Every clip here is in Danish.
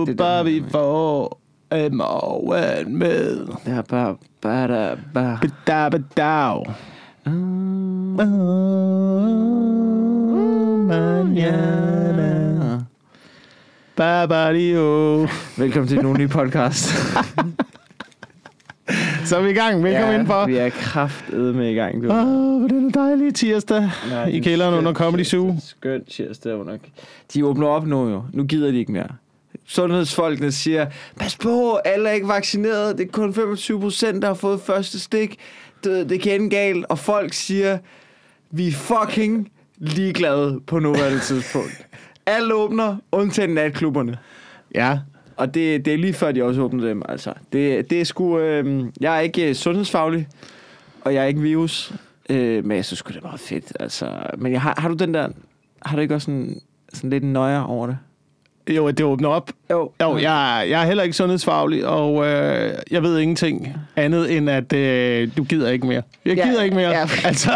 nu, bare vi får morgen med. Ja, bare. Bedabbedav. Manana. Babadio. Velkommen til nogle nye podcast. Så er vi i gang. Velkommen indenfor. Vi er kraftedeme i gang. På denne dejlige tirsdag i kælderen under Comedy Zoo. Skøn tirsdag under. De åbner op nu jo. Nu gider de ikke mere. Sundhedsfolkene siger, pas på, alle er ikke vaccineret. Det er kun 25%, der har fået første stik. Det kan ende galt. Og folk siger, vi er fucking ligeglade på nuværende tidspunkt. Alle åbner, undtagen natklubberne. Ja. Og det er lige før, de også åbner dem. Altså, det er sgu... jeg er ikke sundhedsfaglig, og jeg er ikke virus. Men jeg synes sgu, det er meget fedt. Altså, men har du den der... Har du ikke også sådan lidt nøje over det? Jo, det åbner op. Jo, jeg er heller ikke sundhedsfaglig, og jeg ved ingenting andet end, at du gider ikke mere. Jeg gider ikke mere. Ja. Altså,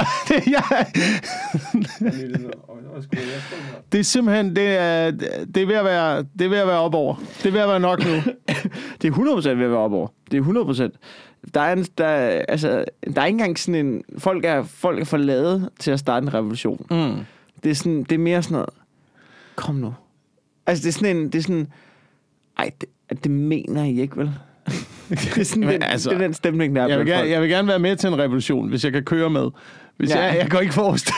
det er simpelthen, det er ved at være op over. Det er ved at være nok nu. Det er 100% ved at være op over. Det er 100%. Der er ikke engang sådan en... Folk er for lade til at starte en revolution. Mm. Det er mere sådan noget... Kom nu. Altså, det er sådan... Ej, det mener I ikke, vel? Det er sådan det er den stemning, der er. Jeg vil gerne være med til en revolution, hvis jeg kan køre med. Hvis jeg går ikke forrest.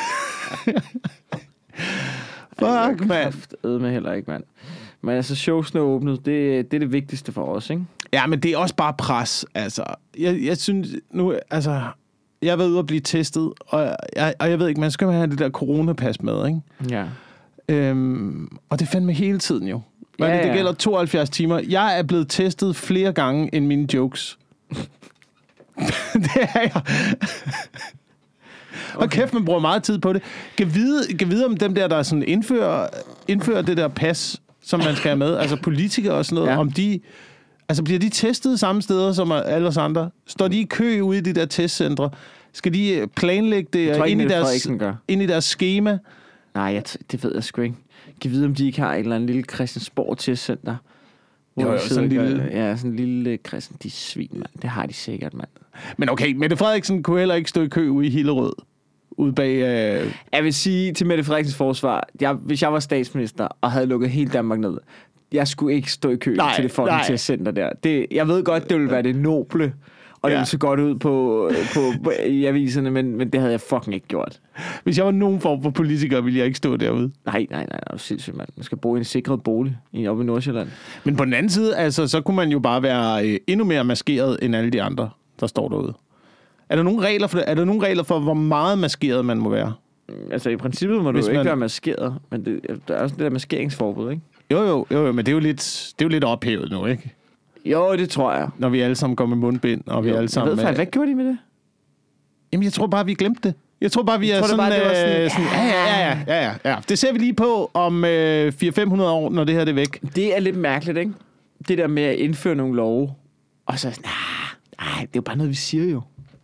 Fuck, mand. Jeg med heller ikke, mand. Men altså, showsene er åbnet. Det er det vigtigste for os, ikke? Ja, men det er også bare pres, altså. Jeg synes nu, altså... Jeg har været ude og blive testet, og jeg ved ikke, man skal have det der coronapas med, ikke? Ja. Og det fandme hele tiden jo. Det gælder 72 timer. Jeg er blevet testet flere gange end mine jokes. Det er jeg. Okay. Og kæft, man bruger meget tid på det. Kan vide om dem der sådan indfører det der pas, som man skal have med, altså politikere og sådan noget, om de... Altså, bliver de testet samme steder som alle os andre? Står de i kø ude i de der testcentre? Skal de planlægge det ind i deres schema? Nej, det ved jeg sgu ikke. Kan vide, om de ikke har et eller andet lille Christiansborg-testcenter? Jo, sådan en lille... Ja, sådan en lille Christian. De er svin, mand. Det har de sikkert, mand. Men okay, Mette Frederiksen kunne heller ikke stå i kø ude i Hillerød. Ude bag... Jeg vil sige til Mette Frederiksens forsvar, hvis jeg var statsminister og havde lukket hele Danmark ned, jeg skulle ikke stå i kø til det fucking testcenter der. Jeg ved godt, det ville være det noble, og det ville se godt ud på i aviserne, men det havde jeg fucking ikke gjort. Hvis jeg var nogen form for politiker, ville jeg ikke stå derude. Nej, det er sindssygt, mand. Man skal bo i en sikret bolig oppe i Nordsjælland. Men på den anden side, altså, så kunne man jo bare være endnu mere maskeret end alle de andre, der står derude. Er der nogle regler for det? Er der nogle regler for, hvor meget maskeret man må være? Altså, i princippet må du ikke være maskeret, men der er også det der maskeringsforbud, ikke? Jo, men det er jo lidt ophævet nu, ikke? Jo, det tror jeg. Når vi alle sammen går med mundbind, og vi alle sammen... Hvad gjorde de med det? Jamen, jeg tror bare, vi glemte det. Jeg tror bare, vi er sådan... Ja. Det ser vi lige på om 400-500 år, når det her er væk. Det er lidt mærkeligt, ikke? Det der med at indføre nogle love, og så sådan, nej, det er jo bare noget, vi siger jo.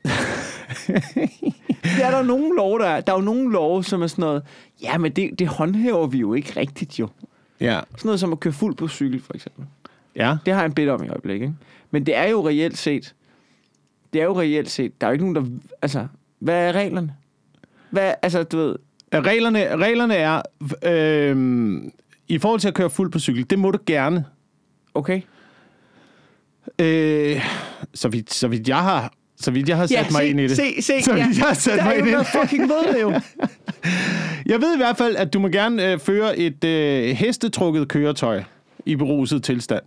Der er nogle love, der er jo nogle love, som er sådan noget, ja, men det håndhæver vi jo ikke rigtigt, jo. Ja. Sådan noget som at køre fuld på cykel, for eksempel. Ja. Det har jeg en bid om i øjeblikket, ikke? Men det er jo reelt set, der er jo ikke nogen, der... Altså, hvad er reglerne? Du ved... Reglerne er, i forhold til at køre fuld på cykel, det må du gerne. Okay. Så vidt jeg har sat mig ind i det. Så vidt jeg har sat mig ind i det. Fucking ved det jo. Jeg ved i hvert fald, at du må gerne føre et hestetrukket køretøj i beruset tilstand.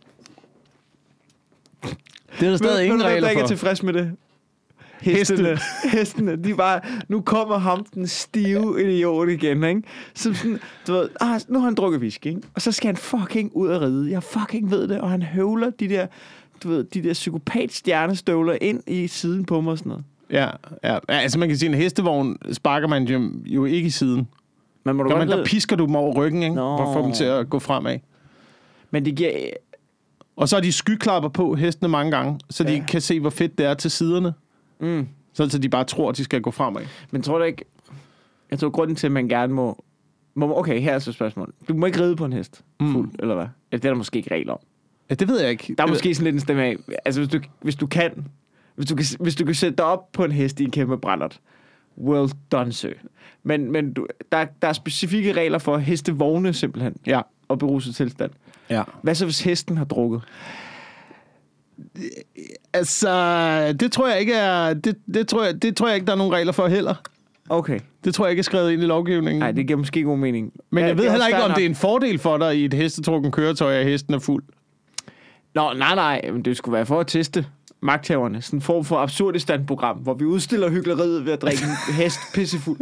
Det er der stadig ingen regler for. Jeg er ikke tilfreds med det. Hestene, de bare... Nu kommer ham den stive idiot igen, ikke? Som sådan, du ved... nu har han drukket whisky, ikke? Og så skal han fucking ud og ride. Jeg fucking ved det. Og han høvler de der... Du ved, de der psykopat-stjernestøvler ind i siden på mig og sådan noget. Ja. Altså man kan sige, en hestevogn sparker man jo ikke i siden. Men der pisker du dem over ryggen, ikke? For at få dem til at gå fremad. Men det giver... Og så er de skyklapper på hestene mange gange, så de kan se, hvor fedt det er til siderne. Så de bare tror, at de skal gå fremad. Men tror du ikke... Jeg tror, grunden til, at man gerne må Okay, her er så et spørgsmål. Du må ikke ride på en hest fuld, eller hvad? Ja, det er der måske ikke regler om. Ja, det ved jeg ikke. Der er måske sådan lidt en stemme af. Altså, hvis du kan sætte dig op på en hest i en kæmpe brændert. Well done, sir. Men der er specifikke regler for hestevogne, simpelthen. Ja. Og beruset tilstand. Ja. Hvad så, hvis hesten har drukket? Altså, det tror jeg ikke er... Det tror jeg ikke, der er nogen regler for heller. Okay. Det tror jeg ikke er skrevet ind i lovgivningen. Nej, det giver måske god mening. Men jeg ved heller ikke, om det er en fordel for dig i et hestetrukken køretøj, at hesten er fuld. Nå, nej. Men det skulle være for at teste magthaverne. Sådan en form for Absurdistan-program, hvor vi udstiller hykleriet ved at drikke en hest pissefuld.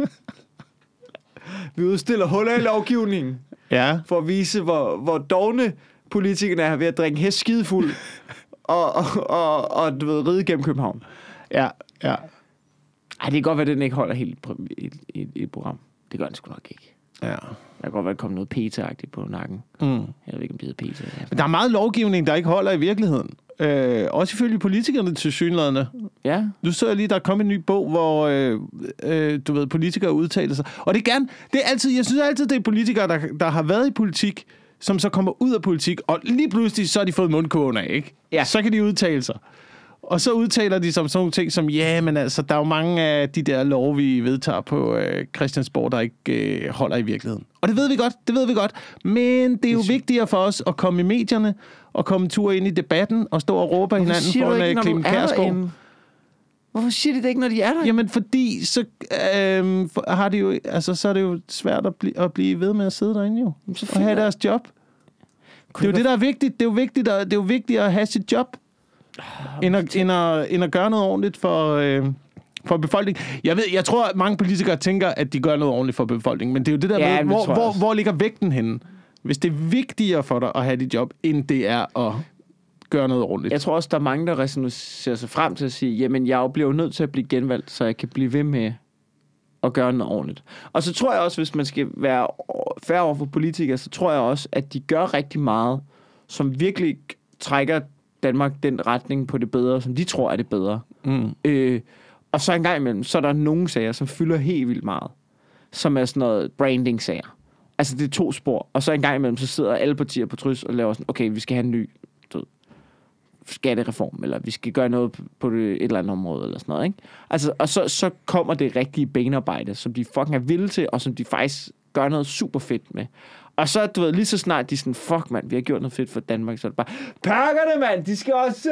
Vi udstiller huller i lovgivningen. Ja. For at vise, hvor dovne politikerne er ved at drikke hest skidefuld og du ved, ride gennem København. Ja. Ej, det kan godt være, at den ikke holder helt i et program. Det gør den sgu nok ikke. Ja. Der kan godt være, at der kommer noget pizza-agtigt på nakken. Jeg ved ikke, om det hedder pizza. Men der er meget lovgivning, der ikke holder i virkeligheden. Også ifølge politikerne til synlædende. Ja. Nu så jeg lige, der er kommet en ny bog, hvor du ved, politikere udtaler sig. Og det er altid, jeg synes altid, det er politikere, der har været i politik, som så kommer ud af politik, og lige pludselig, så har de fået mundkurven af, ikke? Ja. Så kan de udtale sig. Og så udtaler de som sådan nogle ting som, ja, men altså, der er jo mange af de der love, vi vedtager på Christiansborg, der ikke holder i virkeligheden. Og det ved vi godt. Men det er jo vigtigere for os at komme i medierne, og komme en tur ind i debatten, og stå og råbe af hinanden foran Clement Kjærsgaard. Hvorfor siger de det ikke, når de er der? Jamen, fordi så har de jo, altså, så er det jo svært at blive ved med at sidde derinde jo. Og have deres job. Det er jo det, der er vigtigt. Det er jo vigtigt at have sit job. End at gøre noget ordentligt for befolkningen. Jeg tror, at mange politikere tænker, at de gør noget ordentligt for befolkningen, men det er jo det der med, hvor ligger vægten henne? Hvis det er vigtigere for dig at have dit job, end det er at gøre noget ordentligt. Jeg tror også, der er mange, der ser sig frem til at sige, jamen, jeg bliver jo nødt til at blive genvalgt, så jeg kan blive ved med at gøre noget ordentligt. Og så tror jeg også, hvis man skal være fair over for politikere, så tror jeg også, at de gør rigtig meget, som virkelig trækker Danmark den retning på det bedre, som de tror er det bedre. Og så en gang imellem, så er der nogle sager, som fylder helt vildt meget, som er sådan noget branding-sager. Altså, det er 2 spor, og så en gang imellem, så sidder alle partier på kryds og laver sådan, okay, vi skal have en ny skattereform, eller vi skal gøre noget på et eller andet område, eller sådan noget, ikke? Altså, og så kommer det rigtige benarbejde, som de fucking er vilde til, og som de faktisk gør noget super fedt med. Og så, du ved, lige så snart de sådan, fuck mand, vi har gjort noget fedt for Danmark, så er det bare, pakkerne mand, de skal også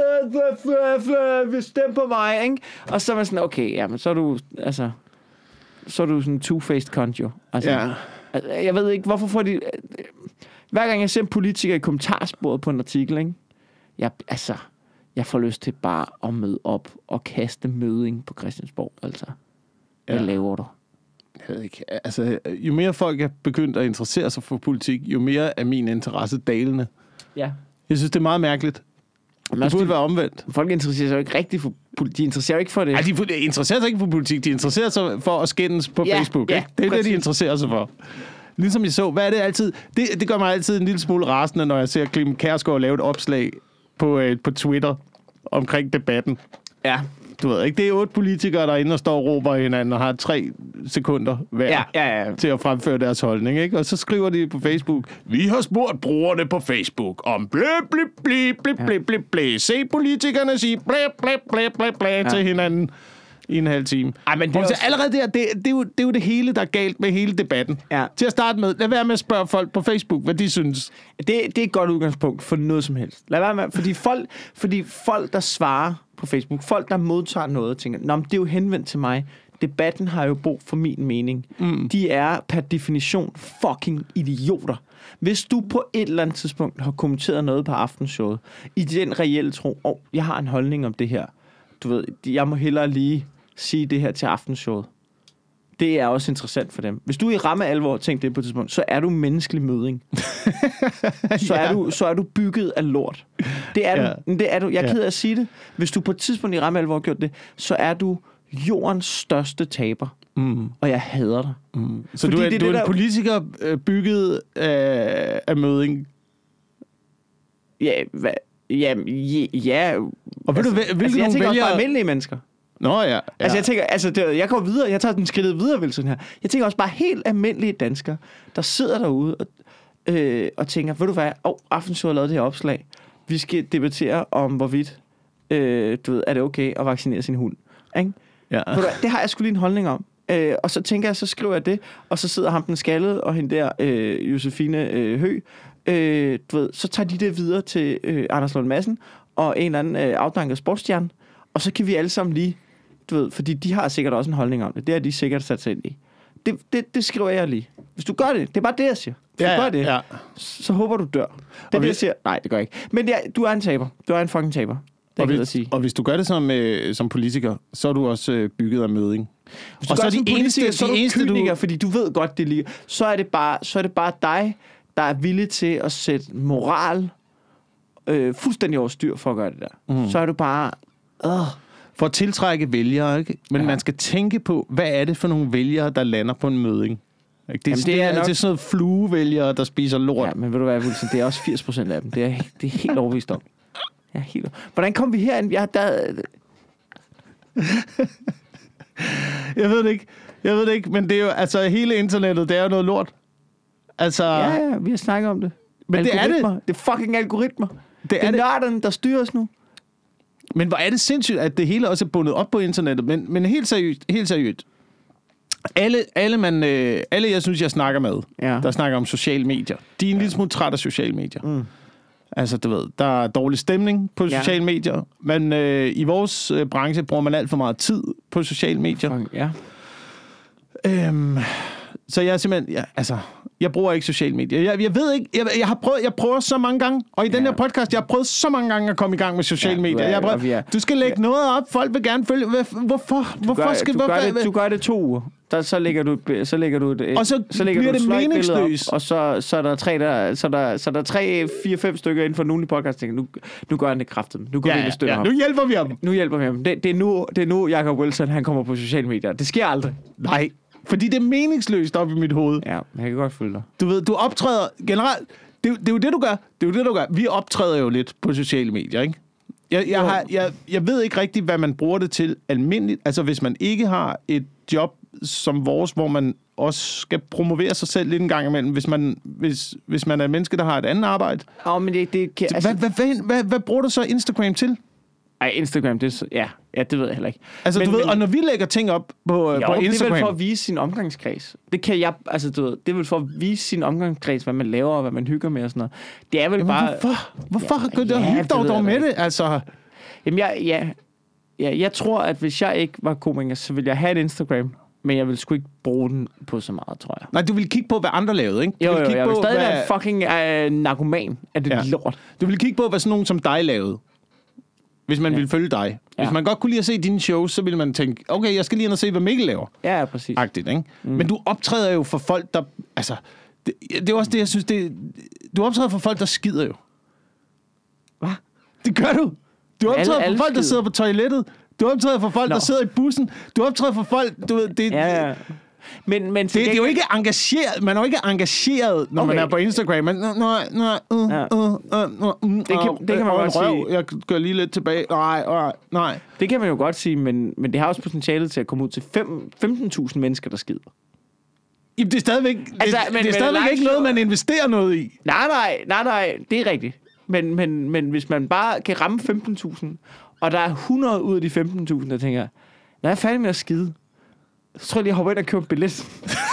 stemme på mig, ikke? Og så er man sådan, okay, jamen, så er du, altså, så er du sådan two-faced cunt, jo. Altså, ja. Jeg ved ikke, hvorfor får de... Hver gang jeg ser en politiker i kommentarsporet på en artikel, ikke? Jeg får lyst til bare at møde op og kaste møding på Christiansborg, altså. Hvad laver du? Jeg ved ikke. Altså, jo mere folk er begyndt at interessere sig for politik, jo mere er min interesse dalende. Ja. Jeg synes, det er meget mærkeligt. Det burde være omvendt. Folk interesserer sig jo ikke rigtigt for politik. De interesserer ikke for det. Nej, de interesserer sig ikke for politik. De interesserer sig for at skændes på Facebook. Ja, det er det, de interesserer sig for. Ligesom jeg så, hvad er det altid? Det gør mig altid en lille smule rasende, når jeg ser Clement Kjærsgaard lave et opslag på Twitter omkring debatten. Ja. Du ved ikke, det er 8 politikere, der er inde og står og råber hinanden og har 3 sekunder hver til at fremføre deres holdning, ikke? Og så skriver de på Facebook, vi har spurgt brugerne på Facebook om blæ. Se politikerne sige blæ til hinanden i en halv time. Ej, men det er også... Allerede der, det er jo det hele, der er galt med hele debatten. Ja. Til at starte med, lad være med at spørge folk på Facebook, hvad de synes. Det er et godt udgangspunkt for noget som helst. Lad være med, fordi folk, der svarer på Facebook, folk, der modtager noget, tænker, nå, men det er jo henvendt til mig. Debatten har jo brug for min mening. De er per definition fucking idioter. Hvis du på et eller andet tidspunkt har kommenteret noget på Aftenshowet, i den reelle tro, jeg har en holdning om det her, du ved, jeg må hellere lige sige det her til Aftenshowet. Det er også interessant for dem. Hvis du i ramme alvor tænker det på et tidspunkt, så er du menneskelig møding. Så er du bygget af lort. Det er du. Det er du. Jeg er ked af at sige det. Hvis du på et tidspunkt i ramme alvor har gjort det, så er du jordens største taber. Og jeg hader dig. Så du er en politiker bygget af møding? Ja, ja. Og ved du, jeg tænker også bare almindelige mennesker. Nå ja. Altså jeg tænker, jeg går videre, jeg tager den skridtet videre, vel sådan her. Jeg tænker også bare helt almindelige danskere, der sidder derude og tænker, ved du hvad, Aftenshowet har lavet det her opslag. Vi skal debattere om, hvorvidt, er det okay at vaccinere sin hund. Ikke? Ja. Det har jeg sgu lige en holdning om. Og så tænker jeg, så skriver jeg det, og så sidder ham den skaldede, og hende der, Josefine Høgh, så tager de det videre til Anders Lund Madsen, og en eller anden afdanket sportsstjerne, og så kan vi alle sammen lige, fordi de har sikkert også en holdning om det. Det har de sikkert sat sig ind i. Det skriver jeg lige. Hvis du gør det er bare det, jeg siger. Hvis du gør det, så håber du dør. Det er det, jeg siger. Nej, det gør jeg ikke. Men du er en taber. Du er en fucking taber. Og hvis du gør det som politiker, så er du også bygget af møding. Hvis du gør det som politiker, så er du kyniker, fordi du ved godt, det ligger. Så er det bare dig, der er villig til at sætte moral fuldstændig over styr for at gøre det der. Så er du bare... For at tiltrække vælgere, ikke? Men man skal tænke på, hvad er det for nogle vælgere, der lander på en møding? Det er sådan noget fluevælgere, der spiser lort. Ja, men ved du hvad, Wilson, det er også 80% af dem. Det er helt overbevist om. Hvordan kom vi herind? Jeg ved det ikke, men det er jo, altså hele internettet, det er jo noget lort. Altså... Ja, vi har snakket om det. Men det er det. Det er fucking algoritmer. Det er nørderne, der styrer os nu. Men hvor er det sindssygt, at det hele også er bundet op på internettet. Men helt seriøst. Alle jeg synes, jeg snakker med, der snakker om sociale medier, de er en lille smule træt af sociale medier. Altså, du ved, der er dårlig stemning på sociale medier, men i vores branche bruger man alt for meget tid på sociale medier. Så jeg er simpelthen... Jeg bruger ikke sociale medier. Jeg ved ikke... Jeg prøver så mange gange, og i den her podcast, jeg har prøvet så mange gange at komme i gang med sociale medier. Du skal lægge noget op, folk vil gerne følge... Hvorfor? Du gør det 2 uger. Så lægger du et, og så bliver det meningsløst. Og så er der 3, 4, 5 stykker inden for nogle podcast tænker, nu gør han det kraftigt. Nu går vi ind og støtter ham. Nu hjælper vi ham. Det er nu Jacob Wilson, han kommer på sociale medier. Det sker aldrig. Nej. Fordi det er meningsløst op i mit hoved. Ja, jeg kan godt følge dig. Du ved, du optræder generelt... Det er jo det, du gør. Vi optræder jo lidt på sociale medier, ikke? Jeg ved ikke rigtigt, hvad man bruger det til almindeligt. Altså, hvis man ikke har et job som vores, hvor man også skal promovere sig selv lidt en gang imellem, hvis man er et menneske, der har et andet arbejde. Men det kan... Hvad bruger du så Instagram til? Ej, Instagram, det det ved jeg heller ikke. Altså, du ved, og når vi lægger ting op på Instagram... det er vel for at vise sin omgangskreds. Det kan jeg, altså du ved, det er vel for at vise sin omgangskreds, hvad man laver, og hvad man hygger med og sådan noget. Det er vel bare... Hvorfor gør du hygge dog med det, altså? Jamen, jeg tror, at hvis jeg ikke var komiker, så ville jeg have et Instagram, men jeg ville sgu ikke bruge den på så meget, tror jeg. Nej, du ville kigge på, hvad andre lavede, ikke? Jeg vil stadig være fucking narkoman af det lort. Du ville kigge på, hvad sådan nogen som dig lavede. Hvis man ville følge dig. Hvis man godt kunne lide at se dine shows, så ville man tænke, okay, jeg skal lige ind og se, hvad Mikkel laver. Ja, præcis. Agtigt, ikke? Men du optræder jo for folk, der... Altså, det er også det, jeg synes, du optræder for folk, der skider jo. Hvad? Det gør du. Du optræder for folk, der sidder på toilettet. Du optræder for folk, der sidder i bussen. Du optræder for folk, du ved... Men det er jo ikke engageret. Man er jo ikke engageret, når man er på Instagram. Men, det kan man godt sige. Jeg går lige lidt tilbage. Nej. Det kan man jo godt sige, men det har også potentialet til at komme ud til 15.000 mennesker, der skider. Jamen, det er stadigvæk, det er stadigvæk ikke noget, man investerer noget i. Nej, det er rigtigt. Men hvis man bare kan ramme 15.000, og der er 100 ud af de 15.000, der tænker, når jeg er færdig med at skide, så tror jeg lige, jeg hopper ind og køber en billet.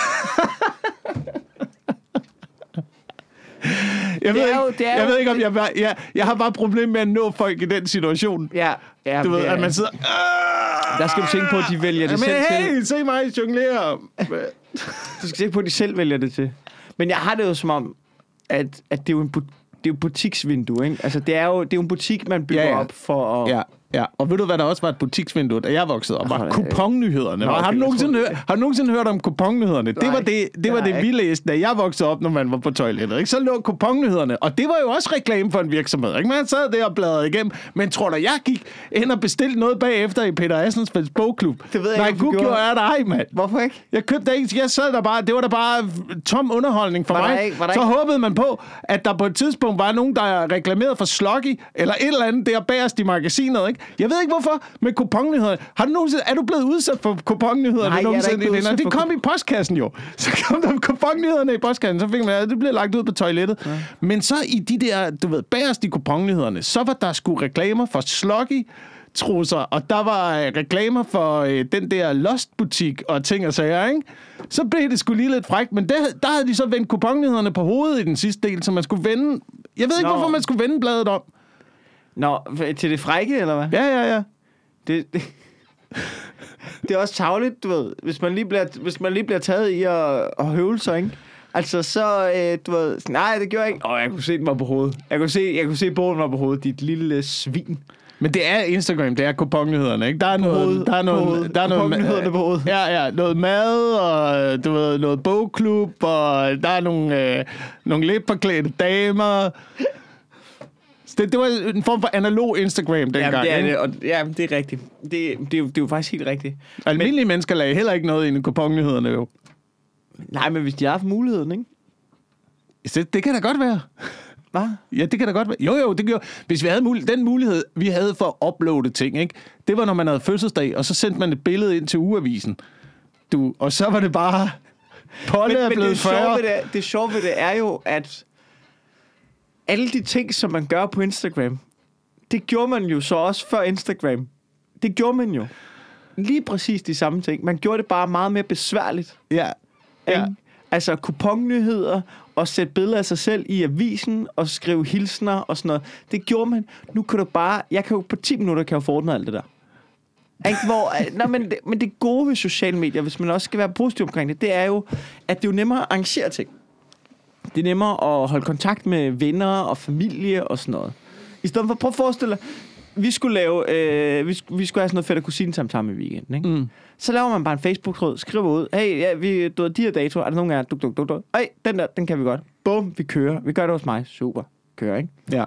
Jeg ved ikke, om jeg har bare problem med at nå folk i den situation. Ja, du ved, at man sidder... Der skal du tænke på, at de vælger det selv til. Hey, se mig jonglere. Du skal tænke på, at de selv vælger det til. Men jeg har det jo som om, at det er jo en butiksvindue, ikke? Altså, det er jo en butik, man bygger op for at... Ja, og ved du, hvad der også var et butiksvindue, da jeg voksede op? Var kuponnyhederne. Har du nogensinde hørt om kuponnyhederne? Det var det, vi læste, da jeg voksede op, når man var på toilettet. Ikke? Så lå kuponnyhederne, og det var jo også reklame for en virksomhed. Ikke? Man sad der og bladrede igennem, men tror du, jeg gik ind og bestilte noget bagefter i Peter Assensfelds bogklub? Det ved jeg ikke, Gud gjorde jeg dig, mand. Hvorfor ikke? Jeg købte ikke. Jeg sad der bare, det var da bare tom underholdning for mig. Så håbede man på, at der på et tidspunkt var nogen, der reklamerede for Sluggy, eller et eller andet der bagerst i magasinet, ikke? Jeg ved ikke hvorfor, med kuponnyhederne. Er du blevet udsat for kuponnyhederne? Nej, jeg er da ikke blevet udsat for... Det kom i postkassen jo. Så kom der kuponnyhederne i postkassen, så fik man, det blev lagt ud på toilettet. Ja. Men så i de der, du ved, bagerst i kuponnyhederne, så var der sgu reklamer for Sluggy trusser, og der var reklamer for den der Lost-butik og ting og sager, ikke? Så blev det sgu lige lidt frækt, men der havde de så vendt kuponnyhederne på hovedet i den sidste del, så man skulle vende... Jeg ved ikke, hvorfor man skulle vende bladet om. Nå, til det frække, eller hvad? Ja. Det er også tarveligt, du ved, hvis man lige bliver taget i at høvle sig, ikke? Altså, så, du ved, nej, det gjorde jeg ikke. Jeg kunne se den var på hovedet. Jeg kunne se bogen var på hovedet, dit lille svin. Men det er Instagram, det er kuponnyhederne, ikke? Der er noget kuponnyhederne på hovedet. Ja, noget mad, og du ved, noget bogklub, og der er nogle lidt påklædte damer. Det var en form for analog Instagram dengang. Jamen, det er rigtigt. Det er jo faktisk helt rigtigt. Almindelige mennesker lagde heller ikke noget ind i kuponnyhederne, jo. Nej, men hvis de har haft muligheden, ikke? Det kan da godt være. Hvad? Ja, det kan da godt være. Jo, det gjorde. Hvis vi havde den mulighed, vi havde for at uploade ting, ikke? Det var, når man havde fødselsdag, og så sendte man et billede ind til ugeavisen. Og så var det bare... Polle er blevet 40. Det sjove ved det er jo, at alle de ting, som man gør på Instagram, det gjorde man jo så også før Instagram. Det gjorde man jo. Lige præcis de samme ting. Man gjorde det bare meget mere besværligt. Ja. Altså kuponnyheder og sætte billeder af sig selv i avisen og skrive hilsner og sådan noget. Det gjorde man. Nu kan du bare... Jeg kan jo på 10 minutter kan jeg få ordnet alt det der. Ikke? Men det gode ved sociale medier, hvis man også skal være positiv omkring det er jo, at det er jo nemmere at arrangere ting. Det er nemmere at holde kontakt med venner og familie og sådan noget. I stedet for, prøv at forestille dig, vi skulle lave, vi skulle have sådan noget fætter kusine samtale i weekenden, ikke? Mm. Så laver man bare en Facebook-tråd, skriver ud, hey, ja, de her datoer, er der nogen af jer, hey, den kan vi godt. Bum, vi kører. Vi gør det hos mig. Super. Kører, ikke? Ja.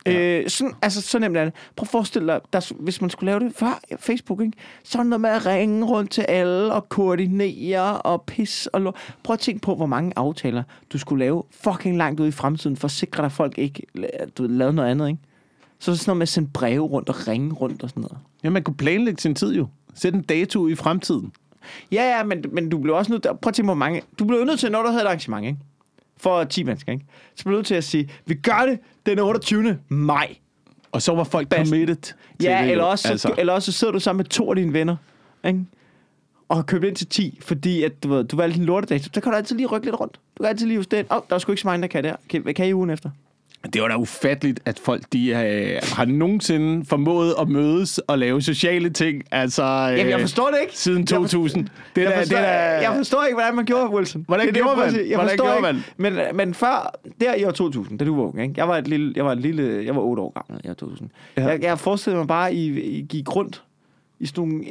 Så nemt er det. Prøv at forestille dig, hvis man skulle lave det før Facebook, ikke? Så er noget med at ringe rundt til alle og koordinere og pis og prøv at tænke på, hvor mange aftaler du skulle lave fucking langt ude i fremtiden, for at sikre dig, at folk ikke lavede noget andet, ikke? Så sådan noget med at sende breve rundt og ringe rundt og sådan noget. Ja, man kunne planlægge sin tid jo. Sætte en dato i fremtiden. Ja, men du blev også nødt til... Prøv at tænke på, hvor mange... Du blev nødt til, når du havde et arrangement, ikke? For 10 mennesker, ikke? Så blev du nødt til at sige, vi gør det den 28. maj. Og så var folk committed til det. Eller også så sidder du sammen med 2 af dine venner, ikke? Og har købt ind til 10, fordi at, du valgte din lortedato. Så kan du altid lige rykke lidt rundt. Du kan altid lige justere. Der er sgu ikke så mange, der kan det. Hvad kan I ugen efter? Det var da ufatteligt, at folk de har nogensinde formået at mødes og lave sociale ting. Altså, jamen, jeg forstår det ikke. Siden 2000. Jeg forstår ikke, hvordan man gjorde, Wilson. Hvordan gjorde man? Men før, der i år 2000, da du var ung, ikke? Jeg var 8 år gammel i år 2000. Ja. Jeg forestillede mig bare, I gik rundt i sådan nogle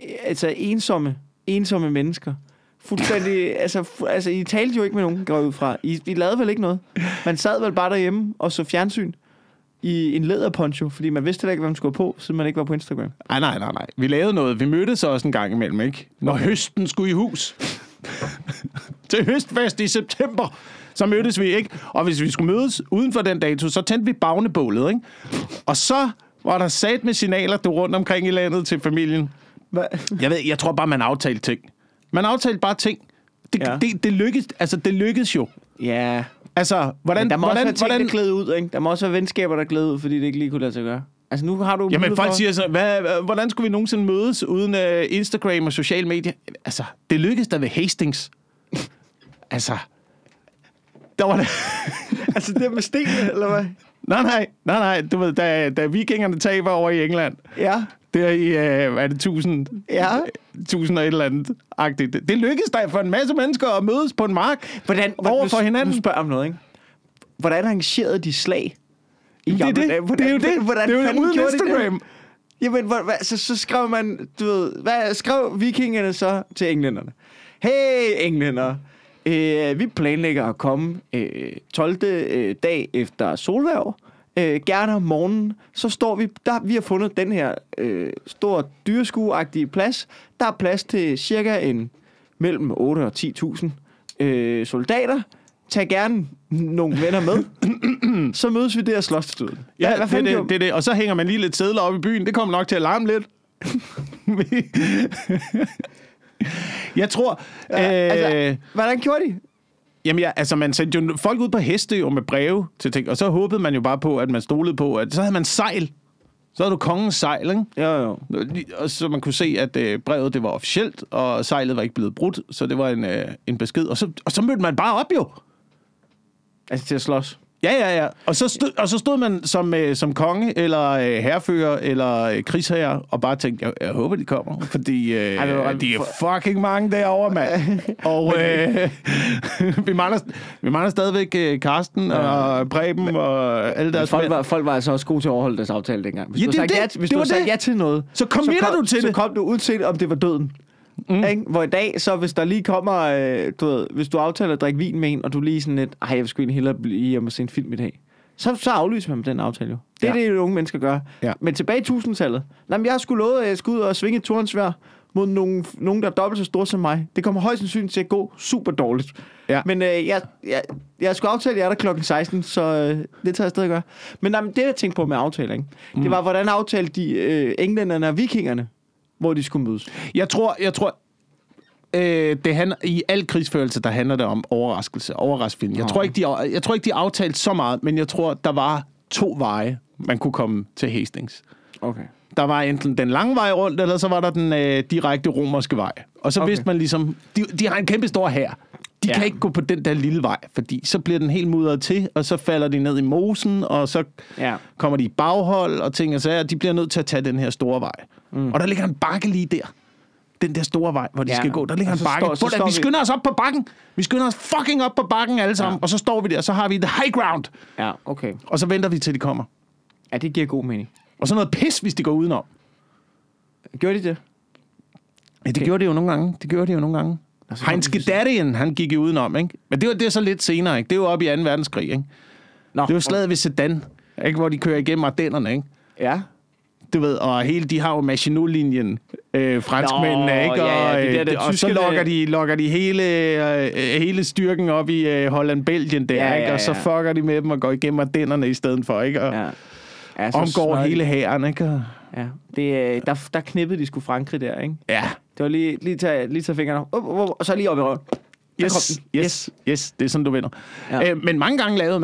ensomme mennesker. Fuldstændig, altså, I talte jo ikke med nogen, går ud fra. I lavede vel ikke noget. Man sad vel bare derhjemme og så fjernsyn i en læderponcho, fordi man vidste ikke, hvad man skulle på, siden man ikke var på Instagram. Nej. Vi lavede noget. Vi mødtes også en gang imellem, ikke? Når høsten skulle i hus. Til høstfest i september, så mødtes vi, ikke? Og hvis vi skulle mødes uden for den dato, så tændte vi bagnebålet, ikke? Og så var der sat med signaler, du rundt omkring i landet til familien. Hvad? Jeg tror bare, man aftalte ting. Man aftalte bare ting. Det lykkedes, altså det lykkedes jo. Ja. Altså, hvordan... Der må også være ting, der glæder ud, ikke? Der må også være venskaber, der glæder ud, fordi det ikke lige kunne lade sig gøre. Altså, nu har du... Jamen, folk siger så, hvordan skulle vi nogensinde mødes uden Instagram og sociale medier? Altså, det lykkedes der ved Hastings. Altså, der var det... altså, det med stenene, eller hvad? Nej. Du ved, da vikingerne taber over i England. Ja. Der i, er det 1000? Ja. 1000 og et eller andet-agtigt. Det lykkedes der for en masse mennesker at mødes på en mark. Overfor hinanden. Nu spørger om noget, ikke? Hvordan arrangerede de slag? Det er jo det. Det er jo det uden Instagram. Jamen, så skrev man, du ved, hvad skrev vikingerne så til englænderne? Hey, englænder. Vi planlægger at komme 12. dag efter solværv. Gerne om morgenen, så står vi, vi har fundet den her stor dyreskueagtige plads. Der er plads til cirka mellem 8 og 10.000 soldater. tag gerne nogle venner med. Så mødes vi der og slås til døden. Ja, det er det. Og så hænger man lige lidt sedler op i byen. Det kommer nok til at larme lidt. Jeg tror... hvordan gjorde de? Jamen man sendte jo folk ud på heste jo med breve til ting, og så håbede man jo bare på, at man stolede på, at så havde man sejl. Så havde du kongens sejl, ikke? Jo. Og så man kunne se, at brevet det var officielt, og sejlet var ikke blevet brudt, så det var en besked. Og så mødte man bare op jo. Altså til at slås? Ja. Og så stod man som konge, eller hærfører, eller krigsherre, og bare tænkte, jeg håber, de kommer, fordi de er fucking mange derovre, mand. Og vi mangler stadigvæk Karsten og Preben og alle deres folk var altså også gode til at overholde deres aftale dengang. Hvis du havde sagt ja til noget, så committer du til det. Så kom du uanset om det var døden. Hvor i dag, så hvis der lige kommer, hvis du aftaler at drikke vin med en, og du lige sådan lidt, jeg vil sgu egentlig hellere blive hjemme og se en film i dag, så aflyser man den aftale jo. Det er det, unge mennesker gør. Ja. Men tilbage i 1000-tallet, jeg har sgu lovet, at jeg skal ud og svinge et tornsværd mod nogen, der er dobbelt så store som mig. Det kommer højst sandsynligt til at gå super dårligt. Ja. Men jeg skulle aftale jer der klokken 16, så det tager jeg stadig at gøre. Men det, jeg tænkte på med aftale, ikke? Det var, hvordan aftalte de englænderne og vikingerne, hvor de skulle mødes. Jeg tror det handler, i al krigsførelse, der handler det om overraskelse. Jeg tror ikke, de aftalte så meget, men jeg tror, der var 2 veje, man kunne komme til Hastings. Okay. Der var enten den lange vej rundt, eller så var der den direkte romerske vej. Og så vidste man ligesom, de har en kæmpe stor hær. De kan ikke gå på den der lille vej, fordi så bliver den helt mudret til, og så falder de ned i mosen, og så kommer de i baghold og ting og sager. De bliver nødt til at tage den her store vej. Og der ligger en bakke lige der. Den der store vej, hvor de skal gå. Der ligger en bakke. Vi skynder os op på bakken. Vi skynder os fucking op på bakken alle sammen. Og så står vi der, og så har vi the high ground. Ja, okay. Og så venter vi til de kommer. Ja, det giver god mening. Og så noget pis, hvis de går udenom. Gjorde de det? Ja, det gjorde de jo nogle gange. Heinz Guderian, han gik jo udenom, ikke? Men det er så lidt senere, ikke? Det er jo oppe i 2. verdenskrig, ikke? Det er jo slaget ved Sedan, ikke? Hvor de kører igennem Ardennerne, ikke? Ja. Du ved, og de har jo Maginot-linjen, franskmændene, ikke? Og så lokker de hele styrken op i Holland-Belgien der, ikke? Og så fucker de med dem og går igennem Ardennerne i stedet for, ikke? Og omgår hele hæren, ikke? Ja, der knippede de sgu Frankrig der, ikke? Ja. Det var lige tage fingrene og så lige op i røven. Yes, det er sådan, du vinder. Ja. Men mange gange lavede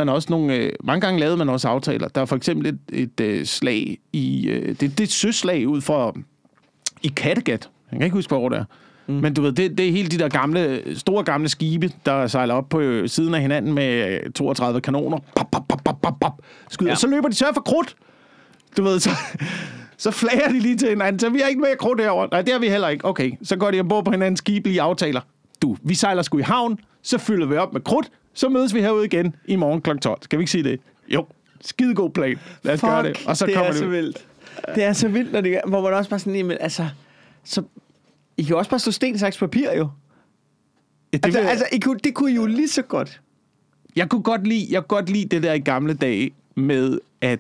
man også aftaler. Der er for eksempel et slag i... det er et søslag ud for... I Kattegat. Jeg kan ikke huske, hvor det er. Men du ved, det er hele de der store gamle skibe, der sejler op på siden af hinanden med 32 kanoner. Pop. Skyder. Og så løber de tør for krudt. Du ved, så flager de lige til hinanden. Så vi har ikke mere krudt herovre. Nej, det har vi heller ikke. Okay, så går de ombord på hinandens skib lige aftaler. Vi sejler sgu i havn, så fylder vi op med krudt, så mødes vi herude igen i morgen kl. 12. Skal vi ikke sige det? Jo, skidegod plan. Lad os gøre det. Og så det er så vildt. Det er så vildt, når det gør, hvor man også bare sådan, men altså, så I kan også bare stå sten, saks, papir jo. Ja, det kunne I jo lige så godt. Jeg kunne godt lide det der i gamle dage med,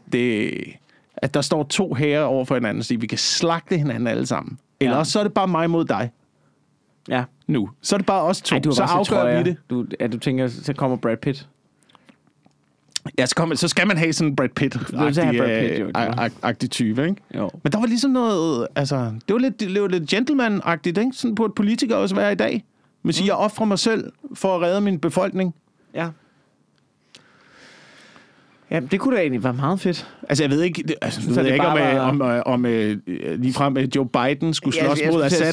at der står 2 hære over for hinanden, så vi kan slagte hinanden alle sammen. Eller også så er det bare mig mod dig. Ja. Nu. Så er det bare os 2. Så afgør vi det. Du tænker, så kommer Brad Pitt. Ja, så skal man have sådan en Brad Pitt-agtig type, ikke? Jo. Men der var ligesom noget, altså, det var lidt gentleman-agtigt, ikke? Sådan på et politiker også være i dag. Men siger, jeg offrer mig selv for at redde min befolkning. Ja. Ja, det kunne da egentlig være meget fedt. Altså, jeg ved ikke, om ligefrem Joe Biden skulle slås mod Assad.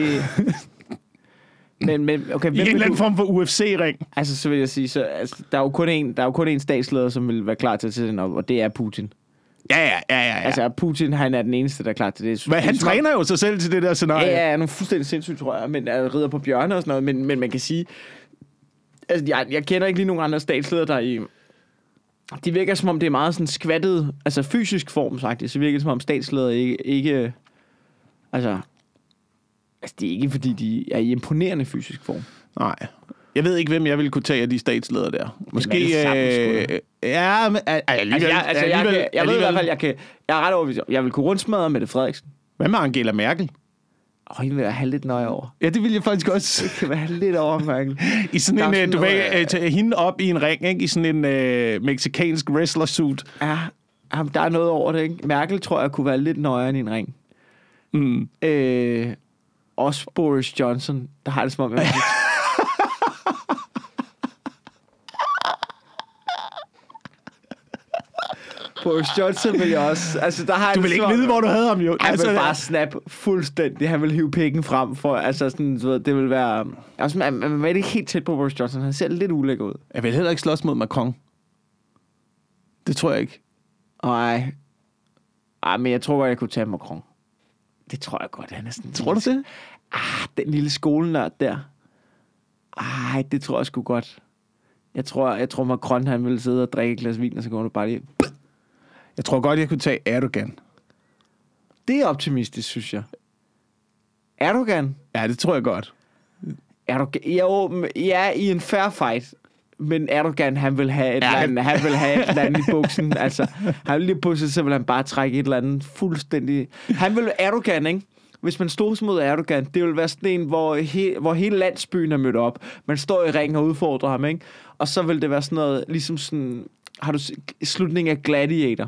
Men okay, i en eller anden form for UFC-ring. Altså, så vil jeg sige, der er jo kun én statsleder, som vil være klar til at sætte den op, og det er Putin. Ja. Altså, Putin, han er den eneste, der er klar til det. Men han træner jo sig selv til det der scenarie. Ja, han er fuldstændig sindssygt, tror jeg, men rider på bjørne og sådan noget, men man kan sige, altså, jeg kender ikke lige nogen andre statsledere, der i... De virker som om, det er meget sådan skvattet, altså fysisk form, sagt. Så virker det som om statsledere ikke altså, det er ikke, fordi de er i imponerende fysisk form. Nej. Jeg ved ikke, hvem jeg ville kunne tage af de statsledere der. Måske... jeg ved i hvert fald, jeg er ret overbevist. Jeg vil kunne rundsmadre Mette Frederiksen. Hvad med Angela Merkel? Jeg vil have lidt nøje over. Ja, det vil jeg faktisk også. Det kan være lidt over, Michael. I sådan en, du ved, tage hende op i en ring, ikke? I sådan en mexicansk wrestler-suit. Ja, der er noget over det, ikke? Merkel tror jeg kunne være lidt nøjere end en ring. Også Boris Johnson, der har det som om, Boris Johnson vil jeg også... Altså, der har du vil ikke vide, hvor du havde ham, jo. Han vil bare snap fuldstændig. Han vil hive pikken frem for... Altså, sådan, så det vil være... Altså, man er ikke helt tæt på Boris Johnson. Han ser lidt ulækker ud. Jeg vil heller ikke slås mod Macron. Det tror jeg ikke. Nej. Ej, men jeg tror godt, jeg kunne tage Macron. Det tror jeg godt, han er sådan... Tror du det? Den lille skolenørd der. Ej, det tror jeg sgu godt. Jeg tror Macron, han ville sidde og drikke et glas vin, og så går du bare lige... Jeg tror godt, jeg kunne tage Erdogan. Det er optimistisk, synes jeg. Erdogan? Ja, det tror jeg godt. Erdogan, jo, ja, i en fair fight. Men Erdogan, han vil have et eller andet i buksen. Altså, han vil lige pludselig, så vil han bare trække et eller andet fuldstændig... Han vil Erdogan, ikke? Hvis man stod mod Erdogan, det vil være sådan en, hvor hele landsbyen er mødt op. Man står i ringen og udfordrer ham, ikke? Og så vil det være sådan noget, ligesom sådan... Har du slutningen af Gladiator?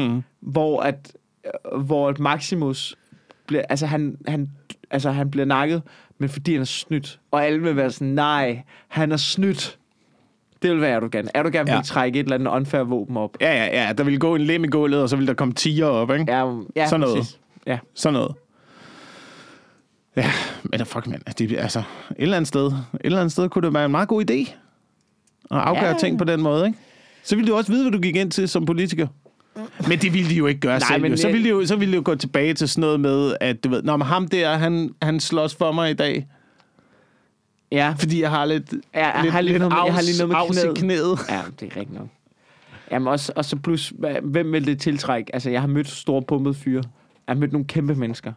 Hvor Maximus bliver... Altså, han bliver nakket, men fordi han er snydt. Og alle vil være sådan, nej, han er snydt. Det vil være Erdogan. Erdogan vil trække et eller andet unfair våben op. Ja. Der vil gå en lem i gulvet, og så vil der komme tiger op, ikke? Ja, sådan noget. Præcis. Ja. Sådan noget. Ja, men fuck, mand. Altså, et eller andet sted kunne det være en meget god idé at afgøre ting på den måde, ikke? Så ville du også vide, hvad du gik ind til som politiker. Men det ville de jo ikke gøre selv. Men så ville de jo gå tilbage til sådan noget med, at du ved, når ham der, han slås for mig i dag. Ja. Fordi jeg har lidt noget med knæet. Ja, det er rigtigt nok. Jamen også, og så plus, hvem vil det tiltrække? Altså, jeg har mødt store pumpede fyre. Jeg har mødt nogle kæmpe mennesker.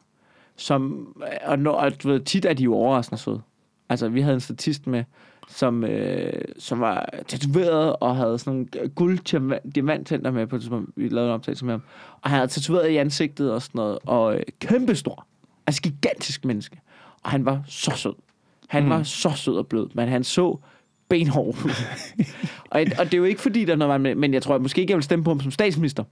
Og du ved, tit er de jo overraskende søde. Altså, vi havde en statist med, som var tatoveret og havde sådan nogle guld-diamanttænder med på det, som vi lavede en optagelse med ham. Og han havde tatoveret i ansigtet og sådan noget. Og kæmpestor. Altså, gigantisk menneske. Og han var så sød. Han var så sød og blød, men han så benhård ud. og det er jo ikke fordi, der er noget med, men jeg tror at måske ikke, jeg vil stemme på ham som statsminister.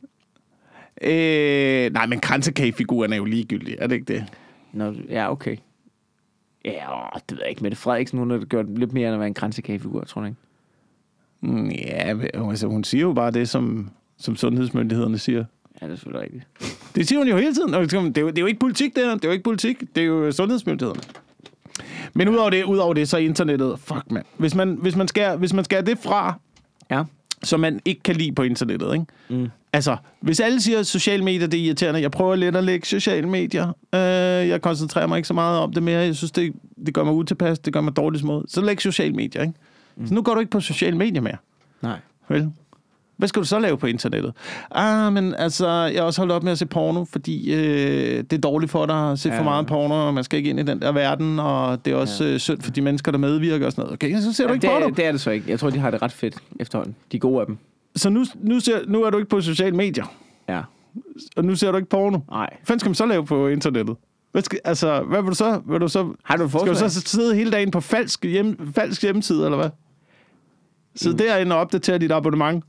Nej, men kransekagefiguren er jo ligegyldig, er det ikke det? Nå, ja, okay. Ja, det ved jeg ikke. Mette Frederiksen, hun har gjort lidt mere end at være en kransekagefigur, tror jeg ikke. Ja, altså, hun siger jo bare det, som sundhedsmyndighederne siger. Ja, det er selvfølgelig rigtigt. Det siger hun jo hele tiden. Det er jo ikke politik, det her. Det er jo ikke politik. Det er jo sundhedsmyndighederne. Men udover det, så er internettet... Fuck, mand. Hvis man skærer det fra, som man ikke kan lide på internettet, ikke? Altså, hvis alle siger, at sociale medier, det er irriterende. Jeg prøver lidt at lægge sociale medier. Jeg koncentrerer mig ikke så meget om det mere. Jeg synes, det gør mig utilpas. Det gør mig dårligt måde. Så læg sociale medier, ikke? Så nu går du ikke på sociale medier mere. Nej. Vel? Hvad skal du så lave på internettet? Men altså, jeg har også holdt op med at se porno, fordi det er dårligt for dig at se for meget porno, og man skal ikke ind i den der verden, og det er også synd for de mennesker, der medvirker og sådan noget. Okay, så ser du ikke porno? Det er det så ikke. Jeg tror, de har det ret fedt efterhånden. De er gode af dem. Så nu er du ikke på sociale medier? Ja. Og nu ser du ikke porno? Nej. Hvad fanden skal man så lave på internettet? Hvad vil du så? Har du skal du så sidde hele dagen på falsk hjemmeside, eller hvad? Sidde derinde og opdatere dit abonnement?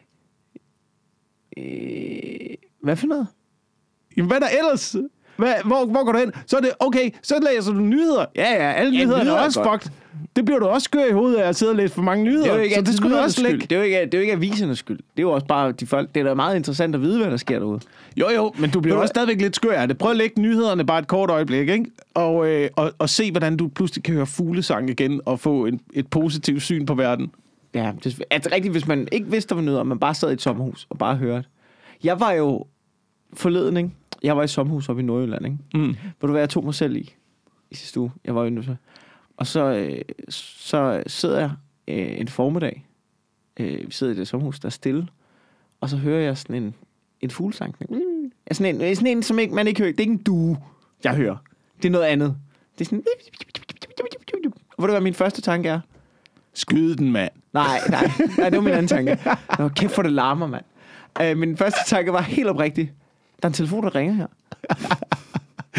Hvad for noget? Jamen, hvad er der ellers? Hvor går du hen? Så er det, okay, så læser du nyheder. Ja, alle nyheder er også fucked. Det bliver du også skør i hovedet af at sidde og læse for mange nyheder. Det er jo ikke så det skulle du også lægge. Det er jo ikke avisernes skyld. Det er jo også bare de folk. Det er da meget interessant at vide, hvad der sker derude. Jo, men du bliver også stadigvæk lidt skør af det. Prøv at lægge nyhederne bare et kort øjeblik, ikke? Og se, hvordan du pludselig kan høre fuglesang igen og få et positivt syn på verden. Ja, det er rigtigt, hvis man ikke vidste, hvad nyheder, man bare sad i et sommerhus og bare hørte. Jeg var jo forleden, ikke? Jeg var i sommerhus oppe i Nordjylland, ikke? Ved du hvad, jeg tog mig selv i sidste uge. Jeg var jo så. Og så sidder jeg en formiddag. Vi sidder i det sommerhus, der er stille. Og så hører jeg sådan en fuglesang. Sådan en, som man ikke hører. Det er ikke en due, jeg hører. Det er noget andet. Det er sådan... Og ved du hvad min første tanke er? Skyd den, mand. Nej, det var min anden tanke. Nå, kæft for det larmer, mand. Min første tanke var helt oprigtigt. Der er en telefon, der ringer her.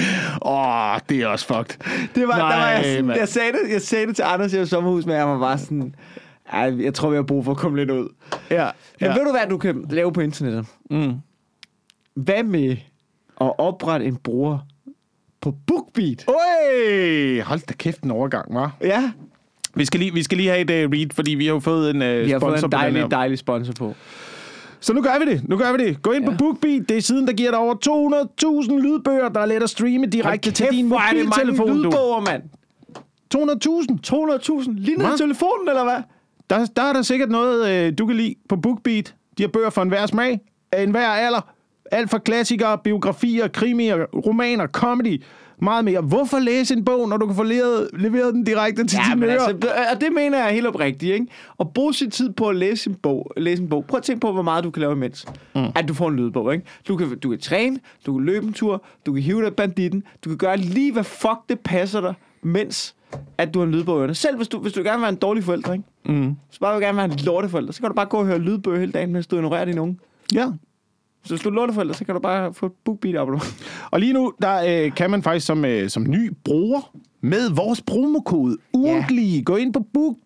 det er også fucked. Det var, Nej, der var jeg, sådan, mand. jeg sagde det til Anders i sommerhus, men jeg var bare sådan, jeg tror, vi har brug for at komme lidt ud. Ja. Men ved du, hvad du kan lave på internettet? Hvad med at oprette en bruger på BookBeat? Hold da kæft en overgang, hva'? Ja. Vi skal lige have et read, fordi vi har jo fået en Vi har sponsor fået på den en her. dejlig sponsor på. Så nu gør vi det. Gå ind på BookBeat. Det er siden, der giver dig over 200.000 lydbøger, der er let at streame direkte til din mobiltelefon. Mange lydbøger, mand. 200.000? 200.000? Lige ned i telefonen, eller hvad? Der er der sikkert noget, du kan lide på BookBeat. De har bøger for enhver smag, af enhver alder. Alt fra klassikere, biografier, krimier, romaner, comedy, meget mere. Hvorfor læse en bog, når du kan få leveret den direkte til dine ører? Altså, og det mener jeg helt oprigtigt, ikke? Og bruge sin tid på at læse en bog. Prøv at tænke på, hvor meget du kan lave imens. At du får en lydbog, ikke? Du kan træne, du kan løbe en tur, du kan hive dig banditten, du kan gøre lige, hvad fuck det passer dig, mens at du har en lydbog i ørerne. Selv hvis du gerne vil være en dårlig forælder, ikke? Hvis du bare vil gerne være en lorteforælder, så kan du bare gå og høre lydbøger hele dagen, mens du ignorerer dine unge. Ja. Så hvis du er lorteforælder, så kan du bare få et BookBeat-abonnement. Og lige nu, der kan man faktisk som ny bruger med vores promokode ugentlig. Gå ind på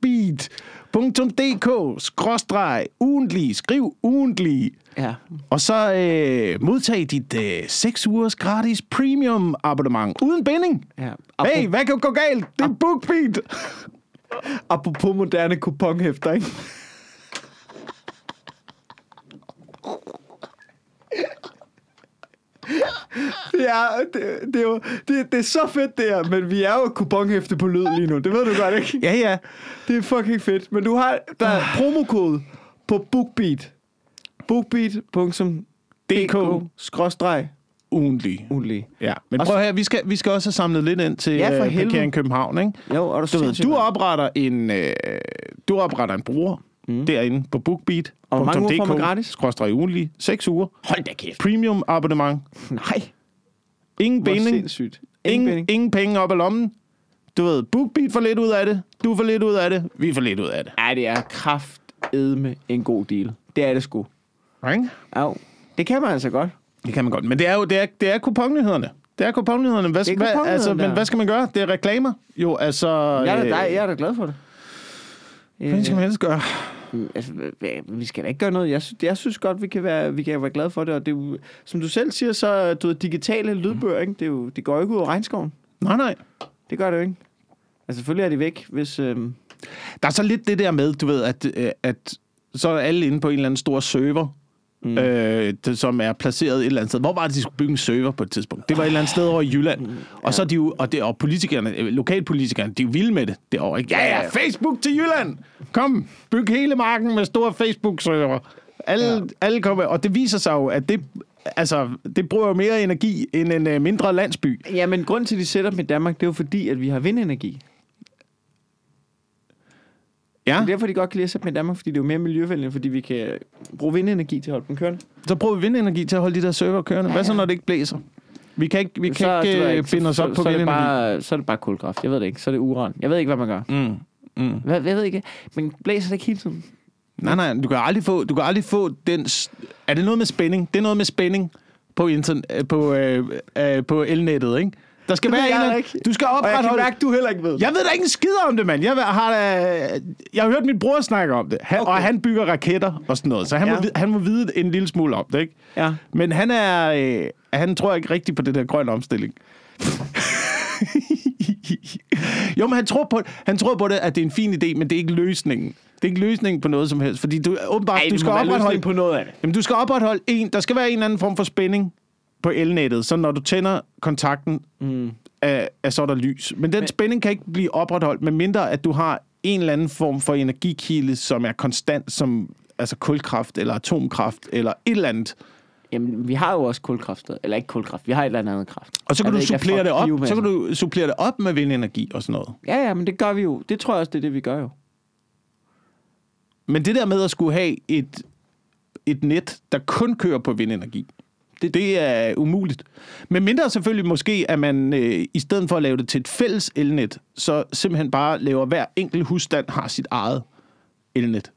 bookbeat.dk/ugentlig. Skriv ugentlig. Ja. Og så modtag dit 6 ugers gratis premium abonnement. Uden binding. Ja. Hey, hvad kan gå galt? Det er BookBeat. Apropos moderne kuponhæfter, ikke? Det er så fedt det her, men vi er jo kuponhæfte på lyd lige nu. Det ved du godt, ikke? Ja. Det er fucking fedt. Men der er promokode på BookBeat. BookBeat.dk/ugentlig. Ja, men prøv her, vi skal også have samlet lidt ind til Parkering København, ikke? Jo, og du opretter en bruger derinde på BookBeat. Og hvor mange uger får man gratis? /ugentlig. 6 uger. Hold da kæft. Premium abonnement. Nej. Ingen Hvor binding. sindssygt. Ingen penge op ad lommen. Du ved, BookBeat får lidt ud af det. Du får lidt ud af det. Vi får lidt ud af det. Ja, det er kraftedme en god deal. Det er det sgu. Ikke? Ja, det kan man altså godt. Det kan man godt. Men det er kuponnyhederne. Det er kuponnyhederne. Men hvad skal man gøre? Det er reklamer. Jo, altså... Jeg er da glad for det. Hvad skal man helst gøre? Altså, vi skal da ikke gøre noget. Jeg synes godt, vi kan være glade for det. Og det er jo, som du selv siger, så du ved, digitale lydbøger, ikke? Det går jo ikke ud af regnskoven. Nej. Det gør det jo ikke. Altså selvfølgelig er de væk, hvis... Der er så lidt det der med, du ved, at så er alle inde på en eller anden stor server, som er placeret et eller andet sted. Hvor var det, de skulle bygge en server på et tidspunkt? Det var et eller andet sted over i Jylland. Og så er de jo, og politikerne, lokalpolitikerne, de er jo vilde med det derovre, ikke? Ja, Facebook til Jylland! Kom, byg hele marken med store Facebook-server. Alle kommer, og det viser sig jo, at det bruger jo mere energi end en mindre landsby. Ja, men grunden til, at de sætter dem i Danmark, det er jo fordi, at vi har vindenergi. Ja. Det er derfor, de godt kan lide at sætte dem i Danmark, fordi det er jo mere miljøvenligt, fordi vi kan bruge vindenergi til at holde dem kørende. Så bruger vi vindenergi til at holde de der server kørende. Hvad så, når det ikke blæser? Vi kan ikke binde os op på vindenergi. Så er det bare kulkraft. Jeg ved det ikke. Så er det uran. Jeg ved ikke, hvad man gør. Jeg ved ikke. Men blæser det ikke hele tiden? Nej. Du kan aldrig få den... Er det noget med spænding? Det er noget med spænding på på elnettet, ikke? Der skal være du skal opretholde... Og jeg kan mærke, du heller ikke ved. Jeg ved da ikke en skid om det, mand. Jeg har hørt min bror snakke om det. Og han bygger raketter og sådan noget. Så han må vide en lille smule om det, ikke? Ja. Men han tror ikke rigtigt på det der grønne omstilling. Jo, men han tror på det, at det er en fin idé, men det er ikke løsningen. Det er ikke løsningen på noget som helst, fordi du skal opretholde på noget af det. Jamen, du skal opretholde der skal være en eller anden form for spænding på elnettet, så når du tænder kontakten, så er der lys. Men den spænding kan ikke blive opretholdt, medmindre at du har en eller anden form for energikilde, som er konstant, som altså kulkraft eller atomkraft eller et eller andet. Jamen, vi har jo også kulkraft, eller ikke kulkraft, vi har et eller andet kraft. Og så kan du supplere det op med vindenergi og sådan noget. Ja, men det gør vi jo. Det tror jeg også, det er det, vi gør jo. Men det der med at skulle have et net, der kun kører på vindenergi, det er umuligt. Men mindre selvfølgelig måske, at man i stedet for at lave det til et fælles elnet, så simpelthen bare laver hver enkelt husstand har sit eget elnet.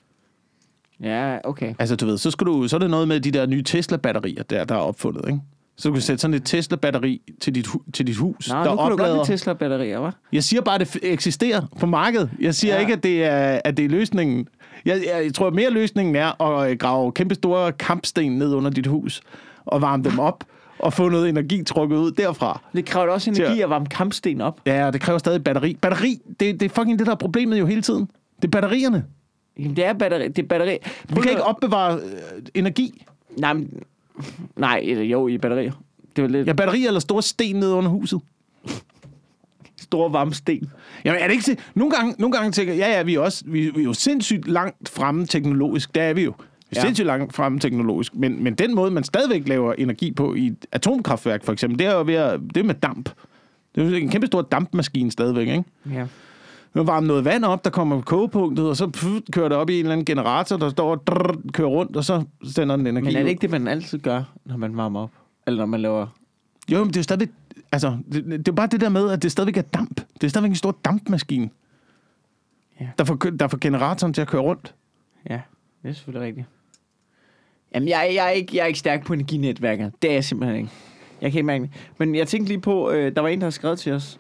Ja, okay. Altså du ved, så er det noget med de der nye Tesla-batterier, der er opfundet, ikke? Så du kan sætte sådan et Tesla-batteri til dit hus. Nå, nu kan du godt lide Tesla-batterier, hva'? Jeg siger bare, at det eksisterer på markedet. Jeg siger ikke, at det er løsningen. Jeg tror, mere løsningen er at grave kæmpe store kampsten ned under dit hus og varme dem op og få noget energi trukket ud derfra. Det kræver også energi at varme kampsten op. Ja, det kræver stadig batteri. Batteri, det er fucking det, der er problemet jo hele tiden. Det er batterierne. Jamen, det er batteri. Vi kan ikke opbevare energi. Nej, jo, i batterier. Det var lidt... Ja, batteri eller store sten ned under huset. Store varme sten. Jamen, er det ikke... Nogle gange tænker jeg, vi er jo sindssygt langt fremme teknologisk. Der er vi jo. Vi er sindssygt langt fremme teknologisk. Men den måde, man stadigvæk laver energi på i et atomkraftværk, for eksempel, det er jo det er med damp. Det er jo en kæmpe stor dampmaskine stadigvæk, ikke? Ja. Nu varmer noget vand op, der kommer på kogepunktet, og så kører det op i en eller anden generator, der står og kører rundt, og så sender den energi. Men er det ikke det, man altid gør, når man varmer op? Eller når man laver... Jo, men det er jo stadigvæk... Altså, det er jo bare det der med, at det stadigvæk er damp. Det er stadigvæk en stor dampmaskine, der får generatoren til at køre rundt. Ja, det er selvfølgelig rigtigt. Jamen, jeg er ikke stærk på energinetværket. Det er jeg simpelthen ikke. Jeg kan ikke mærke det. Men jeg tænkte lige på, der var en, der har skrevet til os,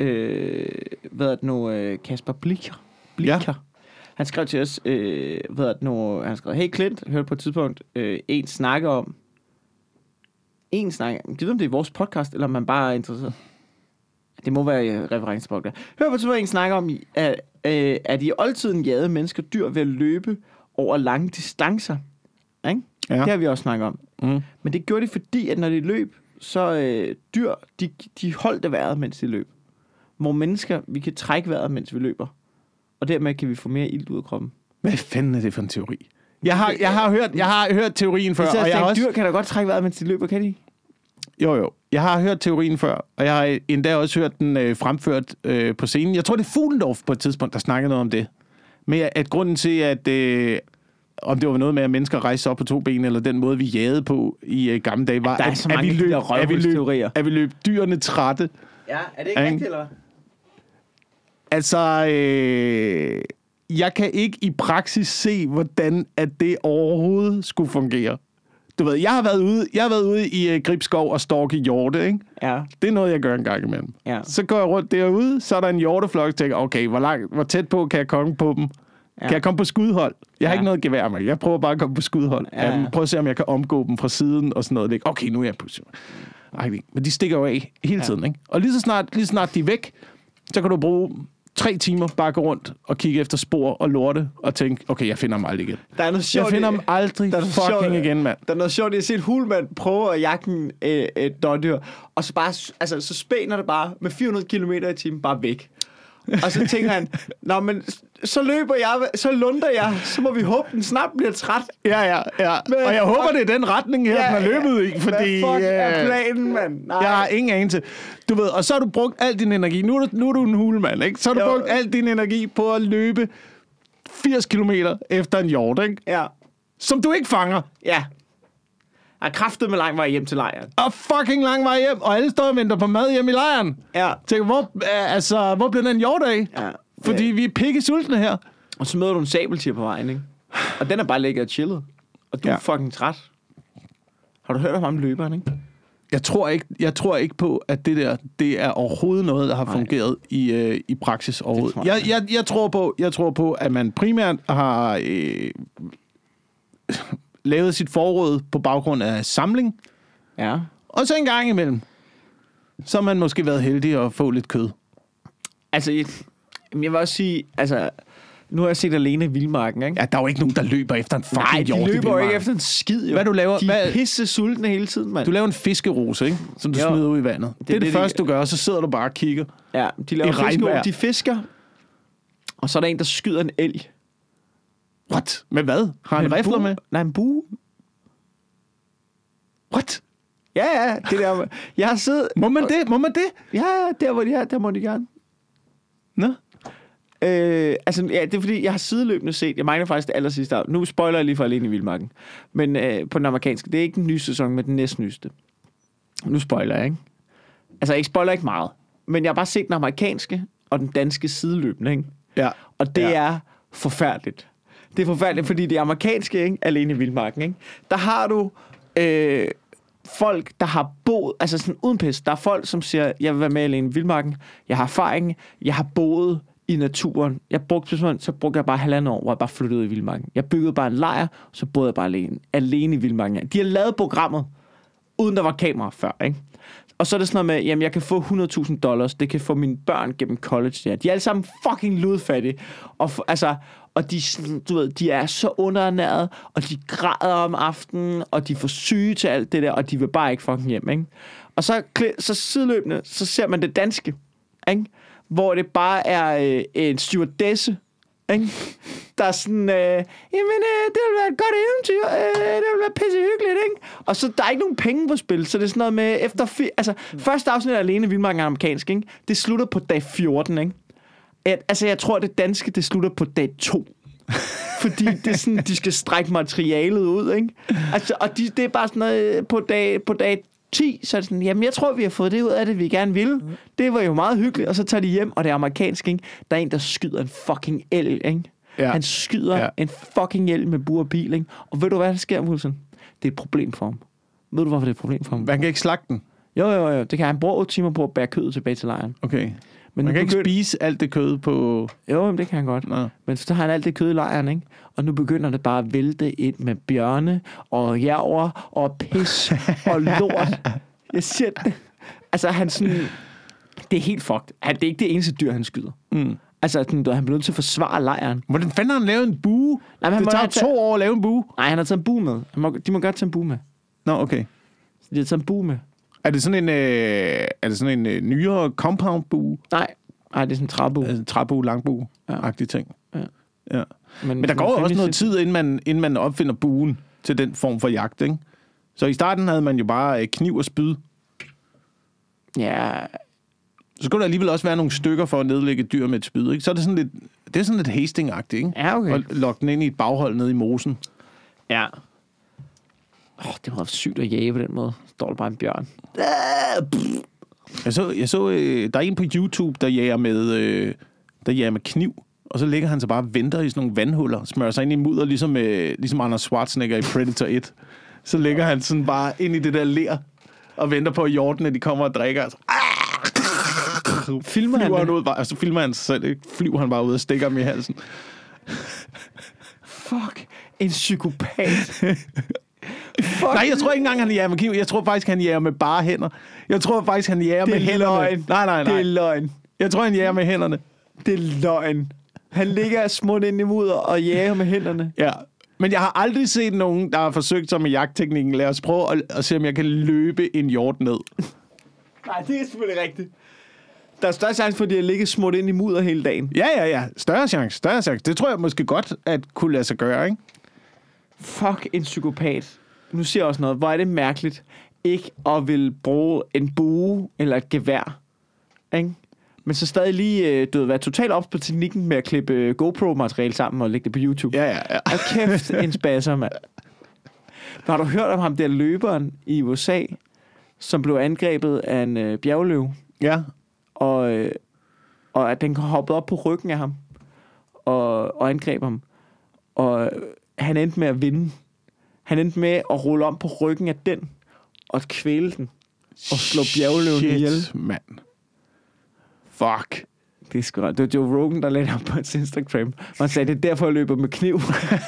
Kasper Blicher. Ja. Han skrev til os, han skrev, hey Clint, hørte på et tidspunkt, en snakke om, jeg ved om det er vores podcast, eller om man bare er interesseret. Det må være referencepodcast. Hør på et tidspunkt, en snakke om, at i oldtiden jagede mennesker dyr ved at løbe over lange distancer. Ikke? Ja. Det har vi også snakket om. Mm. Men det gjorde de, fordi at når de løb, så dyr, de holdt vejret, mens de løb. Hvor mennesker, vi kan trække vejret, mens vi løber. Og dermed kan vi få mere ilt ud af kroppen. Hvad fanden er det for en teori? Jeg har hørt teorien før. Og jeg dyr kan da godt trække vejret, mens de løber, kan de? Jo. Jeg har hørt teorien før, og jeg har endda også hørt den fremført på scenen. Jeg tror, det er Fuglendorf på et tidspunkt, der snakkede noget om det. Men at grunden til, at om det var noget med, at mennesker rejste op på to ben, eller den måde, vi jagede på i gamle dage, var, at vi løb dyrene trætte. Ja, er det ikke rigtigt, eller hvad? Altså, jeg kan ikke i praksis se, hvordan at det overhovedet skulle fungere. Du ved, jeg har været ude i Gribskov og stalke hjorte, ikke? Ja. Det er noget, jeg gør en gang imellem. Ja. Så går jeg rundt derude, så er der en hjorteflok, og tænker, okay, hvor tæt på kan jeg komme på dem? Ja. Kan jeg komme på skudhold? Jeg har ikke noget gevær med. Jeg prøver bare at komme på skudhold. Ja. Jeg prøver at se, om jeg kan omgå dem fra siden og sådan noget. Okay, nu er jeg på. Men de stikker jo af hele tiden, ikke? Og lige så snart de er væk, så kan du bruge 3 timer bare gå rundt og kigge efter spor og lorte og tænke, okay, jeg finder dem aldrig igen. Der er noget sjovt, jeg finder dem aldrig fucking igen, mand. Der er noget sjovt, jeg har set hulmand prøve at jagte et dårdyr, og så bare, altså, så spænder det bare med 400 km/t bare væk. Og så tænker han, nå, men så løber jeg, så lunder jeg, så må vi håbe, den snart bliver træt. Ja. Men, og jeg håber, det er den retning her, den har løbet i, fordi... Hvad fuck er planen, mand? Nej. Jeg har ingen anelse. Du ved, og så har du brugt al din energi. Nu er du en hulemand, ikke? Så har du brugt al din energi på at løbe 80 kilometer efter en hjort, ikke? Ja. Som du ikke fanger. Ja. Jeg har kraftet med lang vej hjem til lejren. Og fucking lang vej hjem, og alle står og venter på mad hjem i lejren. Ja. Tænker, hvor bliver den hjort af? Ja. Fordi vi er pikke sultne her. Og så møder du en sabeltiger på vejen, ikke? Og den er bare ligget og chillet. Og du er fucking træt. Har du hørt om ham løberen, ikke? Jeg tror ikke på, at det er overhovedet noget, der har fungeret i praksis overhovedet. Jeg tror på, at man primært har lavet sit forråd på baggrund af samling. Ja. Og så en gang imellem, så har man måske været heldig at få lidt kød. Altså, jeg vil også sige, altså, nu har jeg set Alene i Vildmarken, ikke? Ja, der er jo ikke nogen, der løber efter en fucking hjort i Vildmarken. Nej, de løber jo ikke efter en skid, jo. Hvad du laver? De er pisse sultne hele tiden, mand. Du laver en fiskerose, ikke? Som du smider ud i vandet. Det er det første, du gør, og så sidder du bare og kigger. Ja, de laver fiskerose. De fisker, og så er der en, der skyder en elg. What? Med hvad? Har han rifler med? Nej, en bue. What? Ja, det der. Jeg har siddet... Må man det? Ja, der hvor de er, der må de gerne. Nå? Altså, ja, det er fordi, jeg har sideløbende set, jeg mangler faktisk det aller sidste af. Nu spoiler jeg lige for Alene i Vildmarken. Men på den amerikanske, det er ikke den nye sæson, men den næstnyeste. Nu spoiler jeg, ikke? Altså, jeg spoiler ikke meget. Men jeg har bare set den amerikanske og den danske sideløbende, ikke? Ja. Og det er forfærdeligt. Det er forfærdeligt, fordi det amerikanske, ikke? Alene i Vildmarken, ikke? Der har du folk, der har boet, altså sådan uden pis, der er folk, som siger, jeg vil være med alene i vildmarken, jeg har erfaring, jeg har boet i naturen. Så brugte jeg bare 1,5 år, hvor jeg bare flyttede ud i vildmarken. Jeg byggede bare en lejr, så boede jeg bare alene i vildmarken. De har lavet programmet, uden der var kamera før, ikke? Og så er det sådan noget med, jamen jeg kan få $100,000, det kan få mine børn gennem college der. De er alle sammen fucking ludfattige. Og de, du ved, de er så underernæret, og de græder om aftenen, og de får syge til alt det der, og de vil bare ikke fucking hjem, ikke? Og så sideløbende, så ser man det danske, ikke? Hvor det bare er en stewardesse, ikke? Der er sådan, det vil være et godt eventyr, det vil være pissehyggeligt, ikke? Og så der er ikke nogen penge på spil, så det er sådan noget med, første afsnit er alene i vildmarken amerikansk, ikke? Det slutter på dag 14, ikke? Jeg tror, det danske, det slutter på dag 2. Fordi det er sådan, de skal strække materialet ud, ikke? Altså, og det er bare sådan noget, på dag 10, så er det sådan, jamen jeg tror, vi har fået det ud af det, vi gerne ville. Det var jo meget hyggeligt, og så tager de hjem, og det er amerikansk, ikke? Der er en, der skyder en fucking elg, ikke? Ja. Han skyder en fucking elg med bur og pil, ikke? Og ved du, hvad der sker, Wilson? Det er et problem for ham. Ved du, hvorfor det er et problem for ham? Man kan ikke slagte den? Jo. Det kan han bruge 8 timer på at bære kødet tilbage til lejren. Okay. Men man kan ikke spise alt det kød på... Jo, men det kan han godt. Nå. Men så har han alt det kød i lejren, ikke? Og nu begynder det bare at vælte ind med bjørne og jærger og pis og lort. Jeg siger det. Altså, han sådan... Det er helt fucked. Det er ikke det eneste dyr, han skyder. Altså, han bliver nødt til at forsvare lejren. Hvordan fanden har han lavet en bue? Nej, det tager 2 år at lave en bue. Nej, han har taget en bue med. De må godt tage en bue med. Nå, okay. Så de har taget en bue med. Er det sådan en nyere compound-bue? Nej, det er sådan en træbue. Altså en træbue, langbue-agtige ting. Ja. Men der går også noget tid, inden man opfinder buen til den form for jagt, ikke? Så i starten havde man jo bare kniv og spyd. Ja. Så skulle der alligevel også være nogle stykker for at nedlægge dyr med et spyd, ikke? Så er det sådan lidt Hastings-agtigt, ikke? Ja, okay. Og lokke den ind i et baghold nede i mosen. Ja. Det var sygt at jage på den måde. Står der bare en bjørn. Jeg så der er en på YouTube, der jager med kniv, og så ligger han så bare og venter i sådan nogle vandhuller, smører sig ind i mudder, ligesom Arnold Schwarzenegger i Predator 1. Så ligger han sådan bare ind i det der ler, og venter på, at hjortene, de kommer og drikker. Altså. Filmer han ud, så filmer han sig selv, flyver han bare ud og stikker ham i halsen. Fuck, en psykopat. Nej, jeg tror ikke engang, han jager med kniv. Jeg tror faktisk, han jager med bare hænder. Jeg tror faktisk, han jager med hænderne. Løgn. Nej. Det er løgn. Jeg tror, han jager med hænderne. Det er løgn. Han ligger smut ind i mudder og jager med hænderne. Ja. Men jeg har aldrig set nogen, der har forsøgt sig med jagtteknikken. Lad os prøve at se, om jeg kan løbe en hjort ned. Nej, det er selvfølgelig rigtigt. Der er større chance for, at de har ligget smut ind i mudder hele dagen. Ja. Større chance. Det tror jeg måske godt, at kunne lade sig gøre, ikke? Fuck, en psykopat. Nu siger jeg også noget. Hvor er det mærkeligt ikke at vil bruge en bue eller et gevær, ikke? Men så stadig lige være totalt ops på teknikken med at klippe GoPro-materiale sammen og lægge det på YouTube. Ja. Og kæft, en spasser, mand. Har du hørt om ham der løberen i USA, som blev angrebet af en bjergløve? Ja. Og at den hoppede op på ryggen af ham og angreb ham. Og han endte med at vinde. Han endte med at rulle om på ryggen af den og kvæle den og slå bjergløven ihjel. Mand. Fuck. Det er sgu ret. Det var Joe Rogan, der lagde op på hans Instagram. Og han sagde, det er derfor, jeg løber med kniv.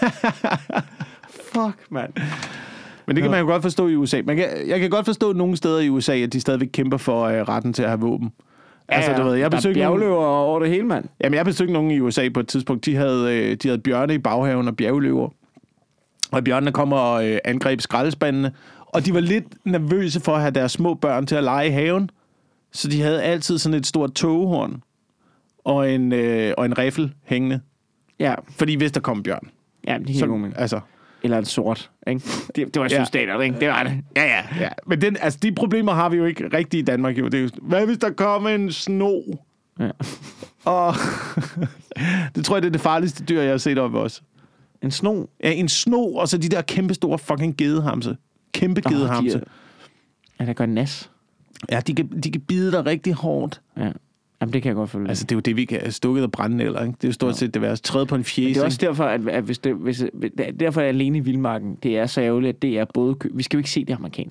Fuck, mand. Men det kan man jo godt forstå i USA. Jeg kan godt forstå nogle steder i USA, at de stadigvæk kæmper for retten til at have våben. Ja, altså, du ved, jeg besøgte bjergløver over det hele, mand. Jamen, jeg besøgte nogen i USA på et tidspunkt. De havde bjørne i baghaven og bjergløver. Og bjørnene kom og angreb skraldespandene. Og de var lidt nervøse for at have deres små børn til at lege i haven. Så de havde altid sådan et stort togehorn og en riffel hængende. Ja. Fordi hvis der kom bjørn. Ja, det er helt altså. Eller en sort, ikke? Det var systemet, ikke? Det var det. Ja. Men de problemer har vi jo ikke rigtigt i Danmark. Jo. Det er jo, hvad hvis der kommer en sno? Ja. Og det tror jeg, det er det farligste dyr, jeg har set oppe også. En sno? Ja, en sno, og så de der kæmpe store fucking gedehamse. Kæmpe gedehamse. Ja, der går nas. Ja, de kan bide dig rigtig hårdt. Ja. Jamen, det kan jeg godt følge. Altså, det er jo det, vi kan stukket og brænde eller, ikke? Det er jo stort set det værste. Træde på en fjæs. Det er også derfor, at derfor er alene i vildmarken. Det er så ærgerligt, at det er både... Vi skal jo ikke se det amerikanske.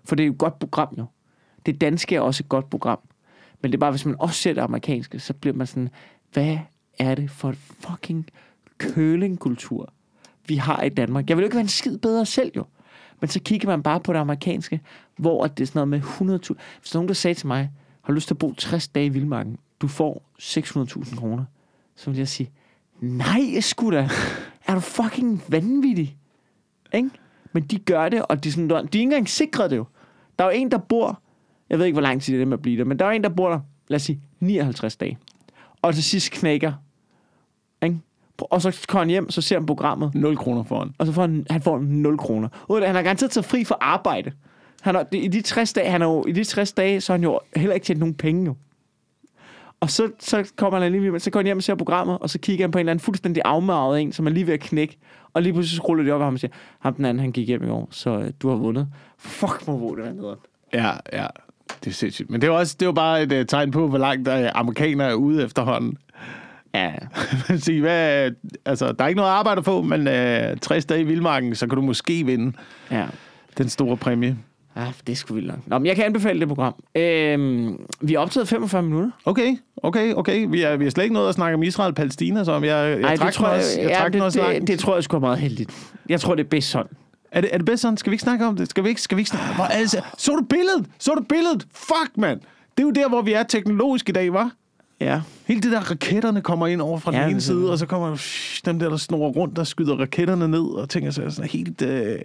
For det er jo et godt program, jo. Det danske er også et godt program. Men det er bare, hvis man også ser det amerikanske, så bliver man sådan, hvad er det for et fucking curlingkultur, vi har i Danmark? Jeg vil jo ikke være en skid bedre selv, jo. Men så kigger man bare på det amerikanske, hvor det er sådan noget med 100.000. Hvis nogen, der sagde til mig, har du lyst til at bo 60 dage i Vildmarken, du får 600.000 kroner, så vil jeg sige, nej, sgu da. Er du fucking vanvittig? Ikke? Men de gør det, og de er ikke engang sikret det jo. Der er jo en, der bor, jeg ved ikke, hvor lang tid det er med at blive der, men der er en, der bor der, lad os sige, 59 dage. Og til sidst knækker. Ikke? Og så kommer han hjem, så ser han programmet. 0 kroner for han. Og så får han får 0 kroner. Han har garanteret taget fri for arbejde. I de 60 dage, så har han jo heller ikke tjent nogen penge jo. Og så kommer han alligevel, så går han hjem og ser programmet, og så kigger han på en eller anden fuldstændig afmarvet en, som er lige ved at knække. Og lige pludselig så ruller det op af ham og siger, ham den anden, han gik hjem i år, så du har vundet. Fuck, hvor det var nederen. Ja. Det er sindssygt. Men det er jo bare et tegn på, hvor langt amerikanere er ude efterhånden. Ja. Altså, der er ikke noget arbejde på, men 60 dage i Vildmarken, så kan du måske vinde den store præmie. Ja, det er sgu vildt nok. Nå, men jeg kan anbefale det program. Vi har optaget 45 minutter. Okay. Vi har slet ikke noget at snakke om Israel-Palæstina, så det tror jeg sgu er meget heldigt. Jeg tror, det er bedst sådan. Er det bedst sådan? Skal vi ikke snakke om det? Skal vi ikke snakke? Så du billedet? Fuck, mand! Det er jo der, hvor vi er teknologisk i dag, hva'? Ja. Hele det der raketterne kommer ind over fra den ene side, og så kommer dem der snor rundt, der skyder raketterne ned, og tænker sig sådan helt...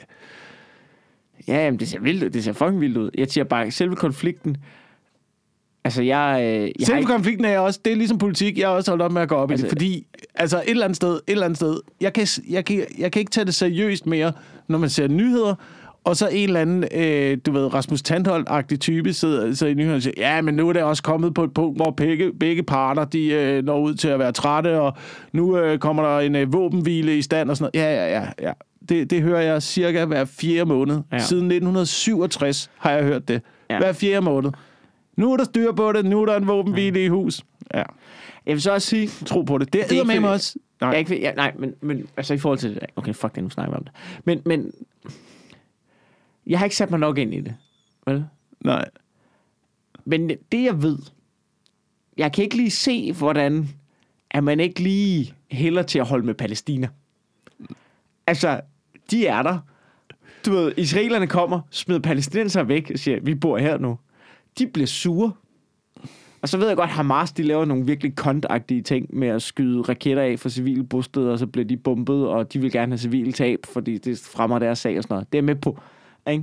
Ja, jamen, det ser vildt ud. Det ser fucking vildt ud. Jeg siger bare, selve konflikten... Altså, selve konflikten er også... Det er ligesom politik. Jeg har også holdt op med at gå op i det. Fordi, altså, et eller andet sted... Jeg kan ikke tage det seriøst mere, når man ser nyheder, og så en eller anden, Rasmus Tandholt-agtig type sidder i nyhederne og siger, ja, men nu er det også kommet på et punkt, hvor begge parter, de når ud til at være trætte, og nu kommer der en våbenhvile i stand og sådan noget. Ja. Det hører jeg cirka hver 4. måned. Ja. Siden 1967 har jeg hørt det. Ja. Hver 4. måned. Nu er der styr på det. Nu er der en våbenhvile i hus. Ja. Jeg vil så også sige... Tro på det. Det er med mig også. Nej. Men altså i forhold til det... Okay, fuck det, nu snakker vi om det. Men jeg har ikke sat mig nok ind i det. Vel? Nej. Men det jeg ved... Jeg kan ikke lige se, hvordan... at man ikke lige hælder til at holde med Palæstina. Altså, de er der. Du ved, israelerne kommer, smider palæstinenser væk og siger, vi bor her nu. De bliver sure. Og så ved jeg godt, Hamas, de laver nogle virkelig kontagtige ting med at skyde raketter af for civile bosteder, og så bliver de bombet, og de vil gerne have civile tab, fordi det fremmer deres sag og sådan noget. Det er med på. Ikke?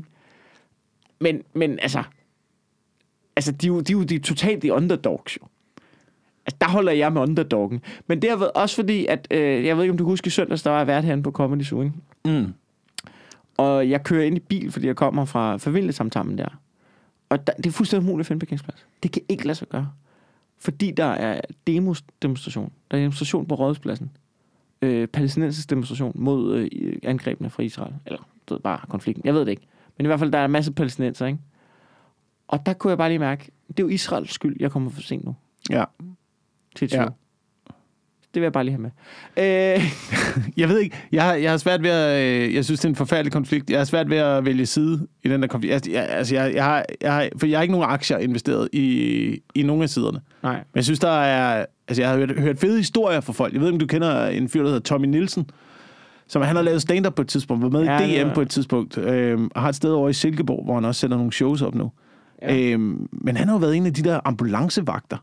Men altså, de er jo totalt de underdogs, jo. Altså, der holder jeg med underdoggen. Men det er også fordi, at jeg ved ikke, om du kan huske i søndags, der var jeg vært herinde på Comedy Zoo, ikke? Mm. Og jeg kører ind i bil, fordi jeg kommer fra familiesamtalen der. Og det er fuldstændig umuligt at finde parkeringsplads. Det kan ikke lade sig gøre. Fordi der er demonstration. Der er demonstration på Rådhuspladsen. Palæstinensisk demonstration mod angrebene fra Israel. Eller det er bare konflikten. Jeg ved det ikke. Men i hvert fald, der er en masse palæstinenser, ikke? Og der kunne jeg bare lige mærke, det er jo Israels skyld, jeg kommer for sent nu. Ja. Til ja. Det vil jeg bare lige have med. Jeg ved ikke, jeg har svært ved at... Jeg synes, det er en forfærdelig konflikt. Jeg har svært ved at vælge side i den der konflikt. For jeg har ikke nogen aktier investeret i nogen af siderne. Nej. Men jeg synes, der er... Altså, jeg har hørt fede historier fra folk. Jeg ved ikke, om du kender en fyr, der hedder Tommy Nielsen, som han har lavet stand-up på et tidspunkt, var med i DM på et tidspunkt, og har et sted over i Silkeborg, hvor han også sætter nogle shows op nu. Ja. Men han har jo været en af de der ambulancevagter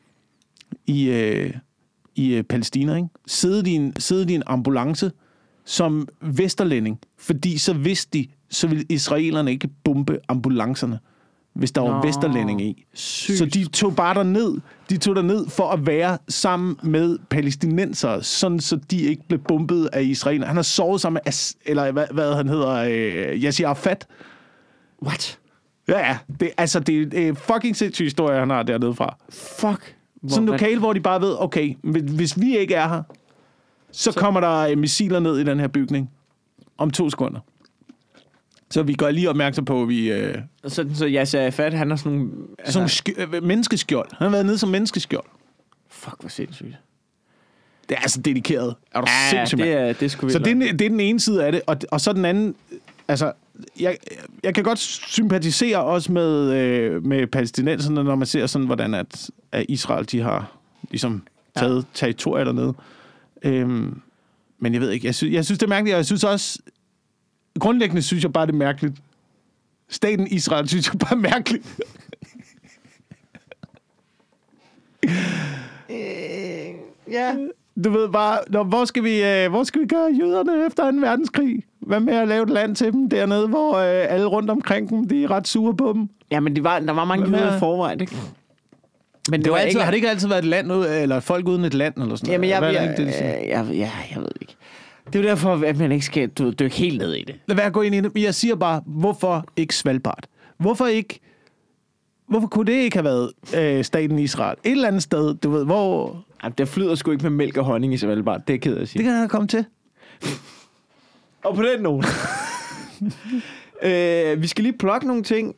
i Palæstina, ikke? Sidde i en ambulance som vesterlænding, fordi så vidste de, så ville israelerne ikke bombe ambulancerne, hvis der var vesterlænding i. Sygt. Så de tog bare derned for at være sammen med palæstinenser, sådan så de ikke blev bombet af israelerne. Han har sovet sammen med, eller hvad han hedder, Yasser Arafat. What? Ja, det er fucking sindssyg historie, han har dernede fra. Fuck. Sådan en lokal, hvor de bare ved, okay, hvis vi ikke er her, så kommer der missiler ned i den her bygning om 2 sekunder. Så vi gør lige opmærksom på, at vi... Så Yasser Arafat, han har sådan nogle... Sådan menneskeskjold. Han har været nede som menneskeskjold. Fuck, hvor sindssygt. Det er altså dedikeret. Er du sindssygt, mand? Det er sgu vildt. Så det er den ene side af det, og så den anden... altså, jeg kan godt sympatisere også med palæstinenserne, når man ser sådan, hvordan at Israel, de har ligesom taget territorier dernede. Men jeg ved ikke, jeg synes, det er mærkeligt, og jeg synes også, grundlæggende synes jeg bare, det er mærkeligt. Staten Israel synes jeg bare er mærkeligt. Ja. Du ved bare, hvor skal vi gøre jøderne efter 2. verdenskrig? Hvad med at lave et land til dem dernede, hvor alle rundt omkring dem, de er ret sure på dem? Ja, men der var mange jøder i forvejen, ikke? Men det var altid, har det ikke altid været et land, eller folk uden et land, eller sådan noget? Jamen, jeg ved ikke. Det er jo derfor, at man ikke skal dykke helt ned i det. Lad være at gå ind i det. Jeg siger bare, hvorfor ikke Svalbard? Hvorfor kunne det ikke have været staten Israel? Et eller andet sted, du ved, hvor... Jamen, der flyder sgu ikke med mælk og honning i Svalbard. Det er ked af at sige. Det kan jeg komme til. Og på den note. Vi skal lige plukke nogle ting.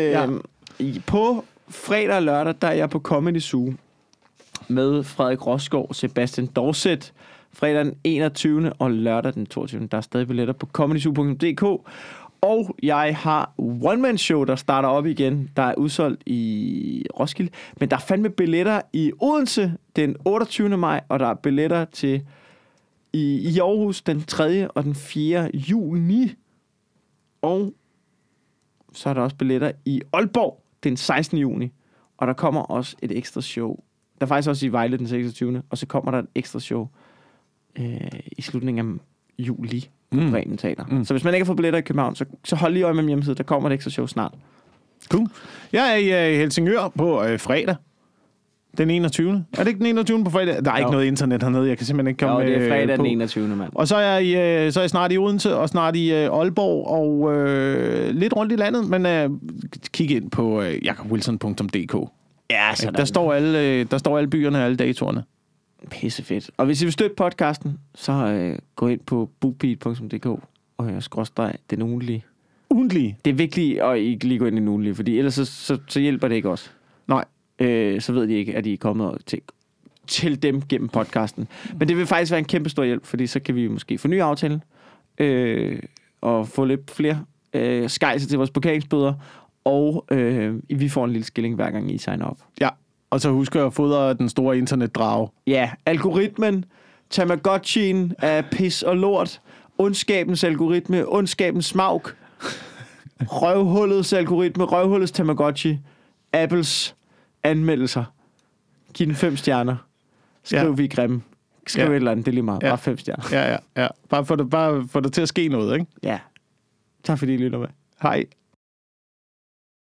På fredag og lørdag, der er jeg på Comedy Zoo med Frederik Rosgaard og Sebastian Dorset. Fredag den 21. og lørdag den 22. Der er stadig billetter på comedyzoo.dk. Og jeg har one-man-show, der starter op igen. Der er udsolgt i Roskilde. Men der er fandme billetter i Odense den 28. maj. Og der er billetter til i Aarhus den 3. og den 4. juni. Og så er der også billetter i Aalborg den 16. juni. Og der kommer også et ekstra show. Der er faktisk også i Vejle den 26. Og så kommer der et ekstra show i slutningen af juli på Bremen Teater. Så hvis man ikke har fået billetter i København, så hold lige øje med min hjemmeside. Der kommer et ekstra show snart. Cool. Jeg er i Helsingør på fredag. Den 21. Er det ikke den 21. på fredag? Der er ikke noget internet hernede. Jeg kan simpelthen ikke komme på. Jo, det er fredag den 21. mand. Og så er jeg snart i Odense, og snart i Aalborg, og lidt rundt i landet. Men kig ind på jakobwilson.dk. Ja, sådan. Der står alle byerne og alle datorerne. Pissefedt. Og hvis I vil støtte podcasten, så gå ind på bookbeat.dk og skråstreg den ugentlige. Ugentlige? Det er vigtigt at ikke lige gå ind i den ugentlige, fordi ellers så hjælper det ikke os. Nej. Så ved de ikke, at de er kommet til dem gennem podcasten. Men det vil faktisk være en kæmpe stor hjælp, fordi så kan vi måske få nye aftalen og få lidt flere skejser til vores parkeringsbøder, og vi får en lille skilling hver gang I signer op. Ja, og så husk at fodre den store internetdrage. Ja, algoritmen, Tamagotchien af pis og lort, ondskabens algoritme, ondskabens smag, røvhullets algoritme, røvhullets Tamagotchi, Apples anmeldelser. Giv den 5 stjerner. Skriv vi grimme. Skriv et eller andet, det er lige meget. Bare 5 stjerner. Ja. Bare få det til at ske noget, ikke? Ja. Tak fordi I lytter med. Hej.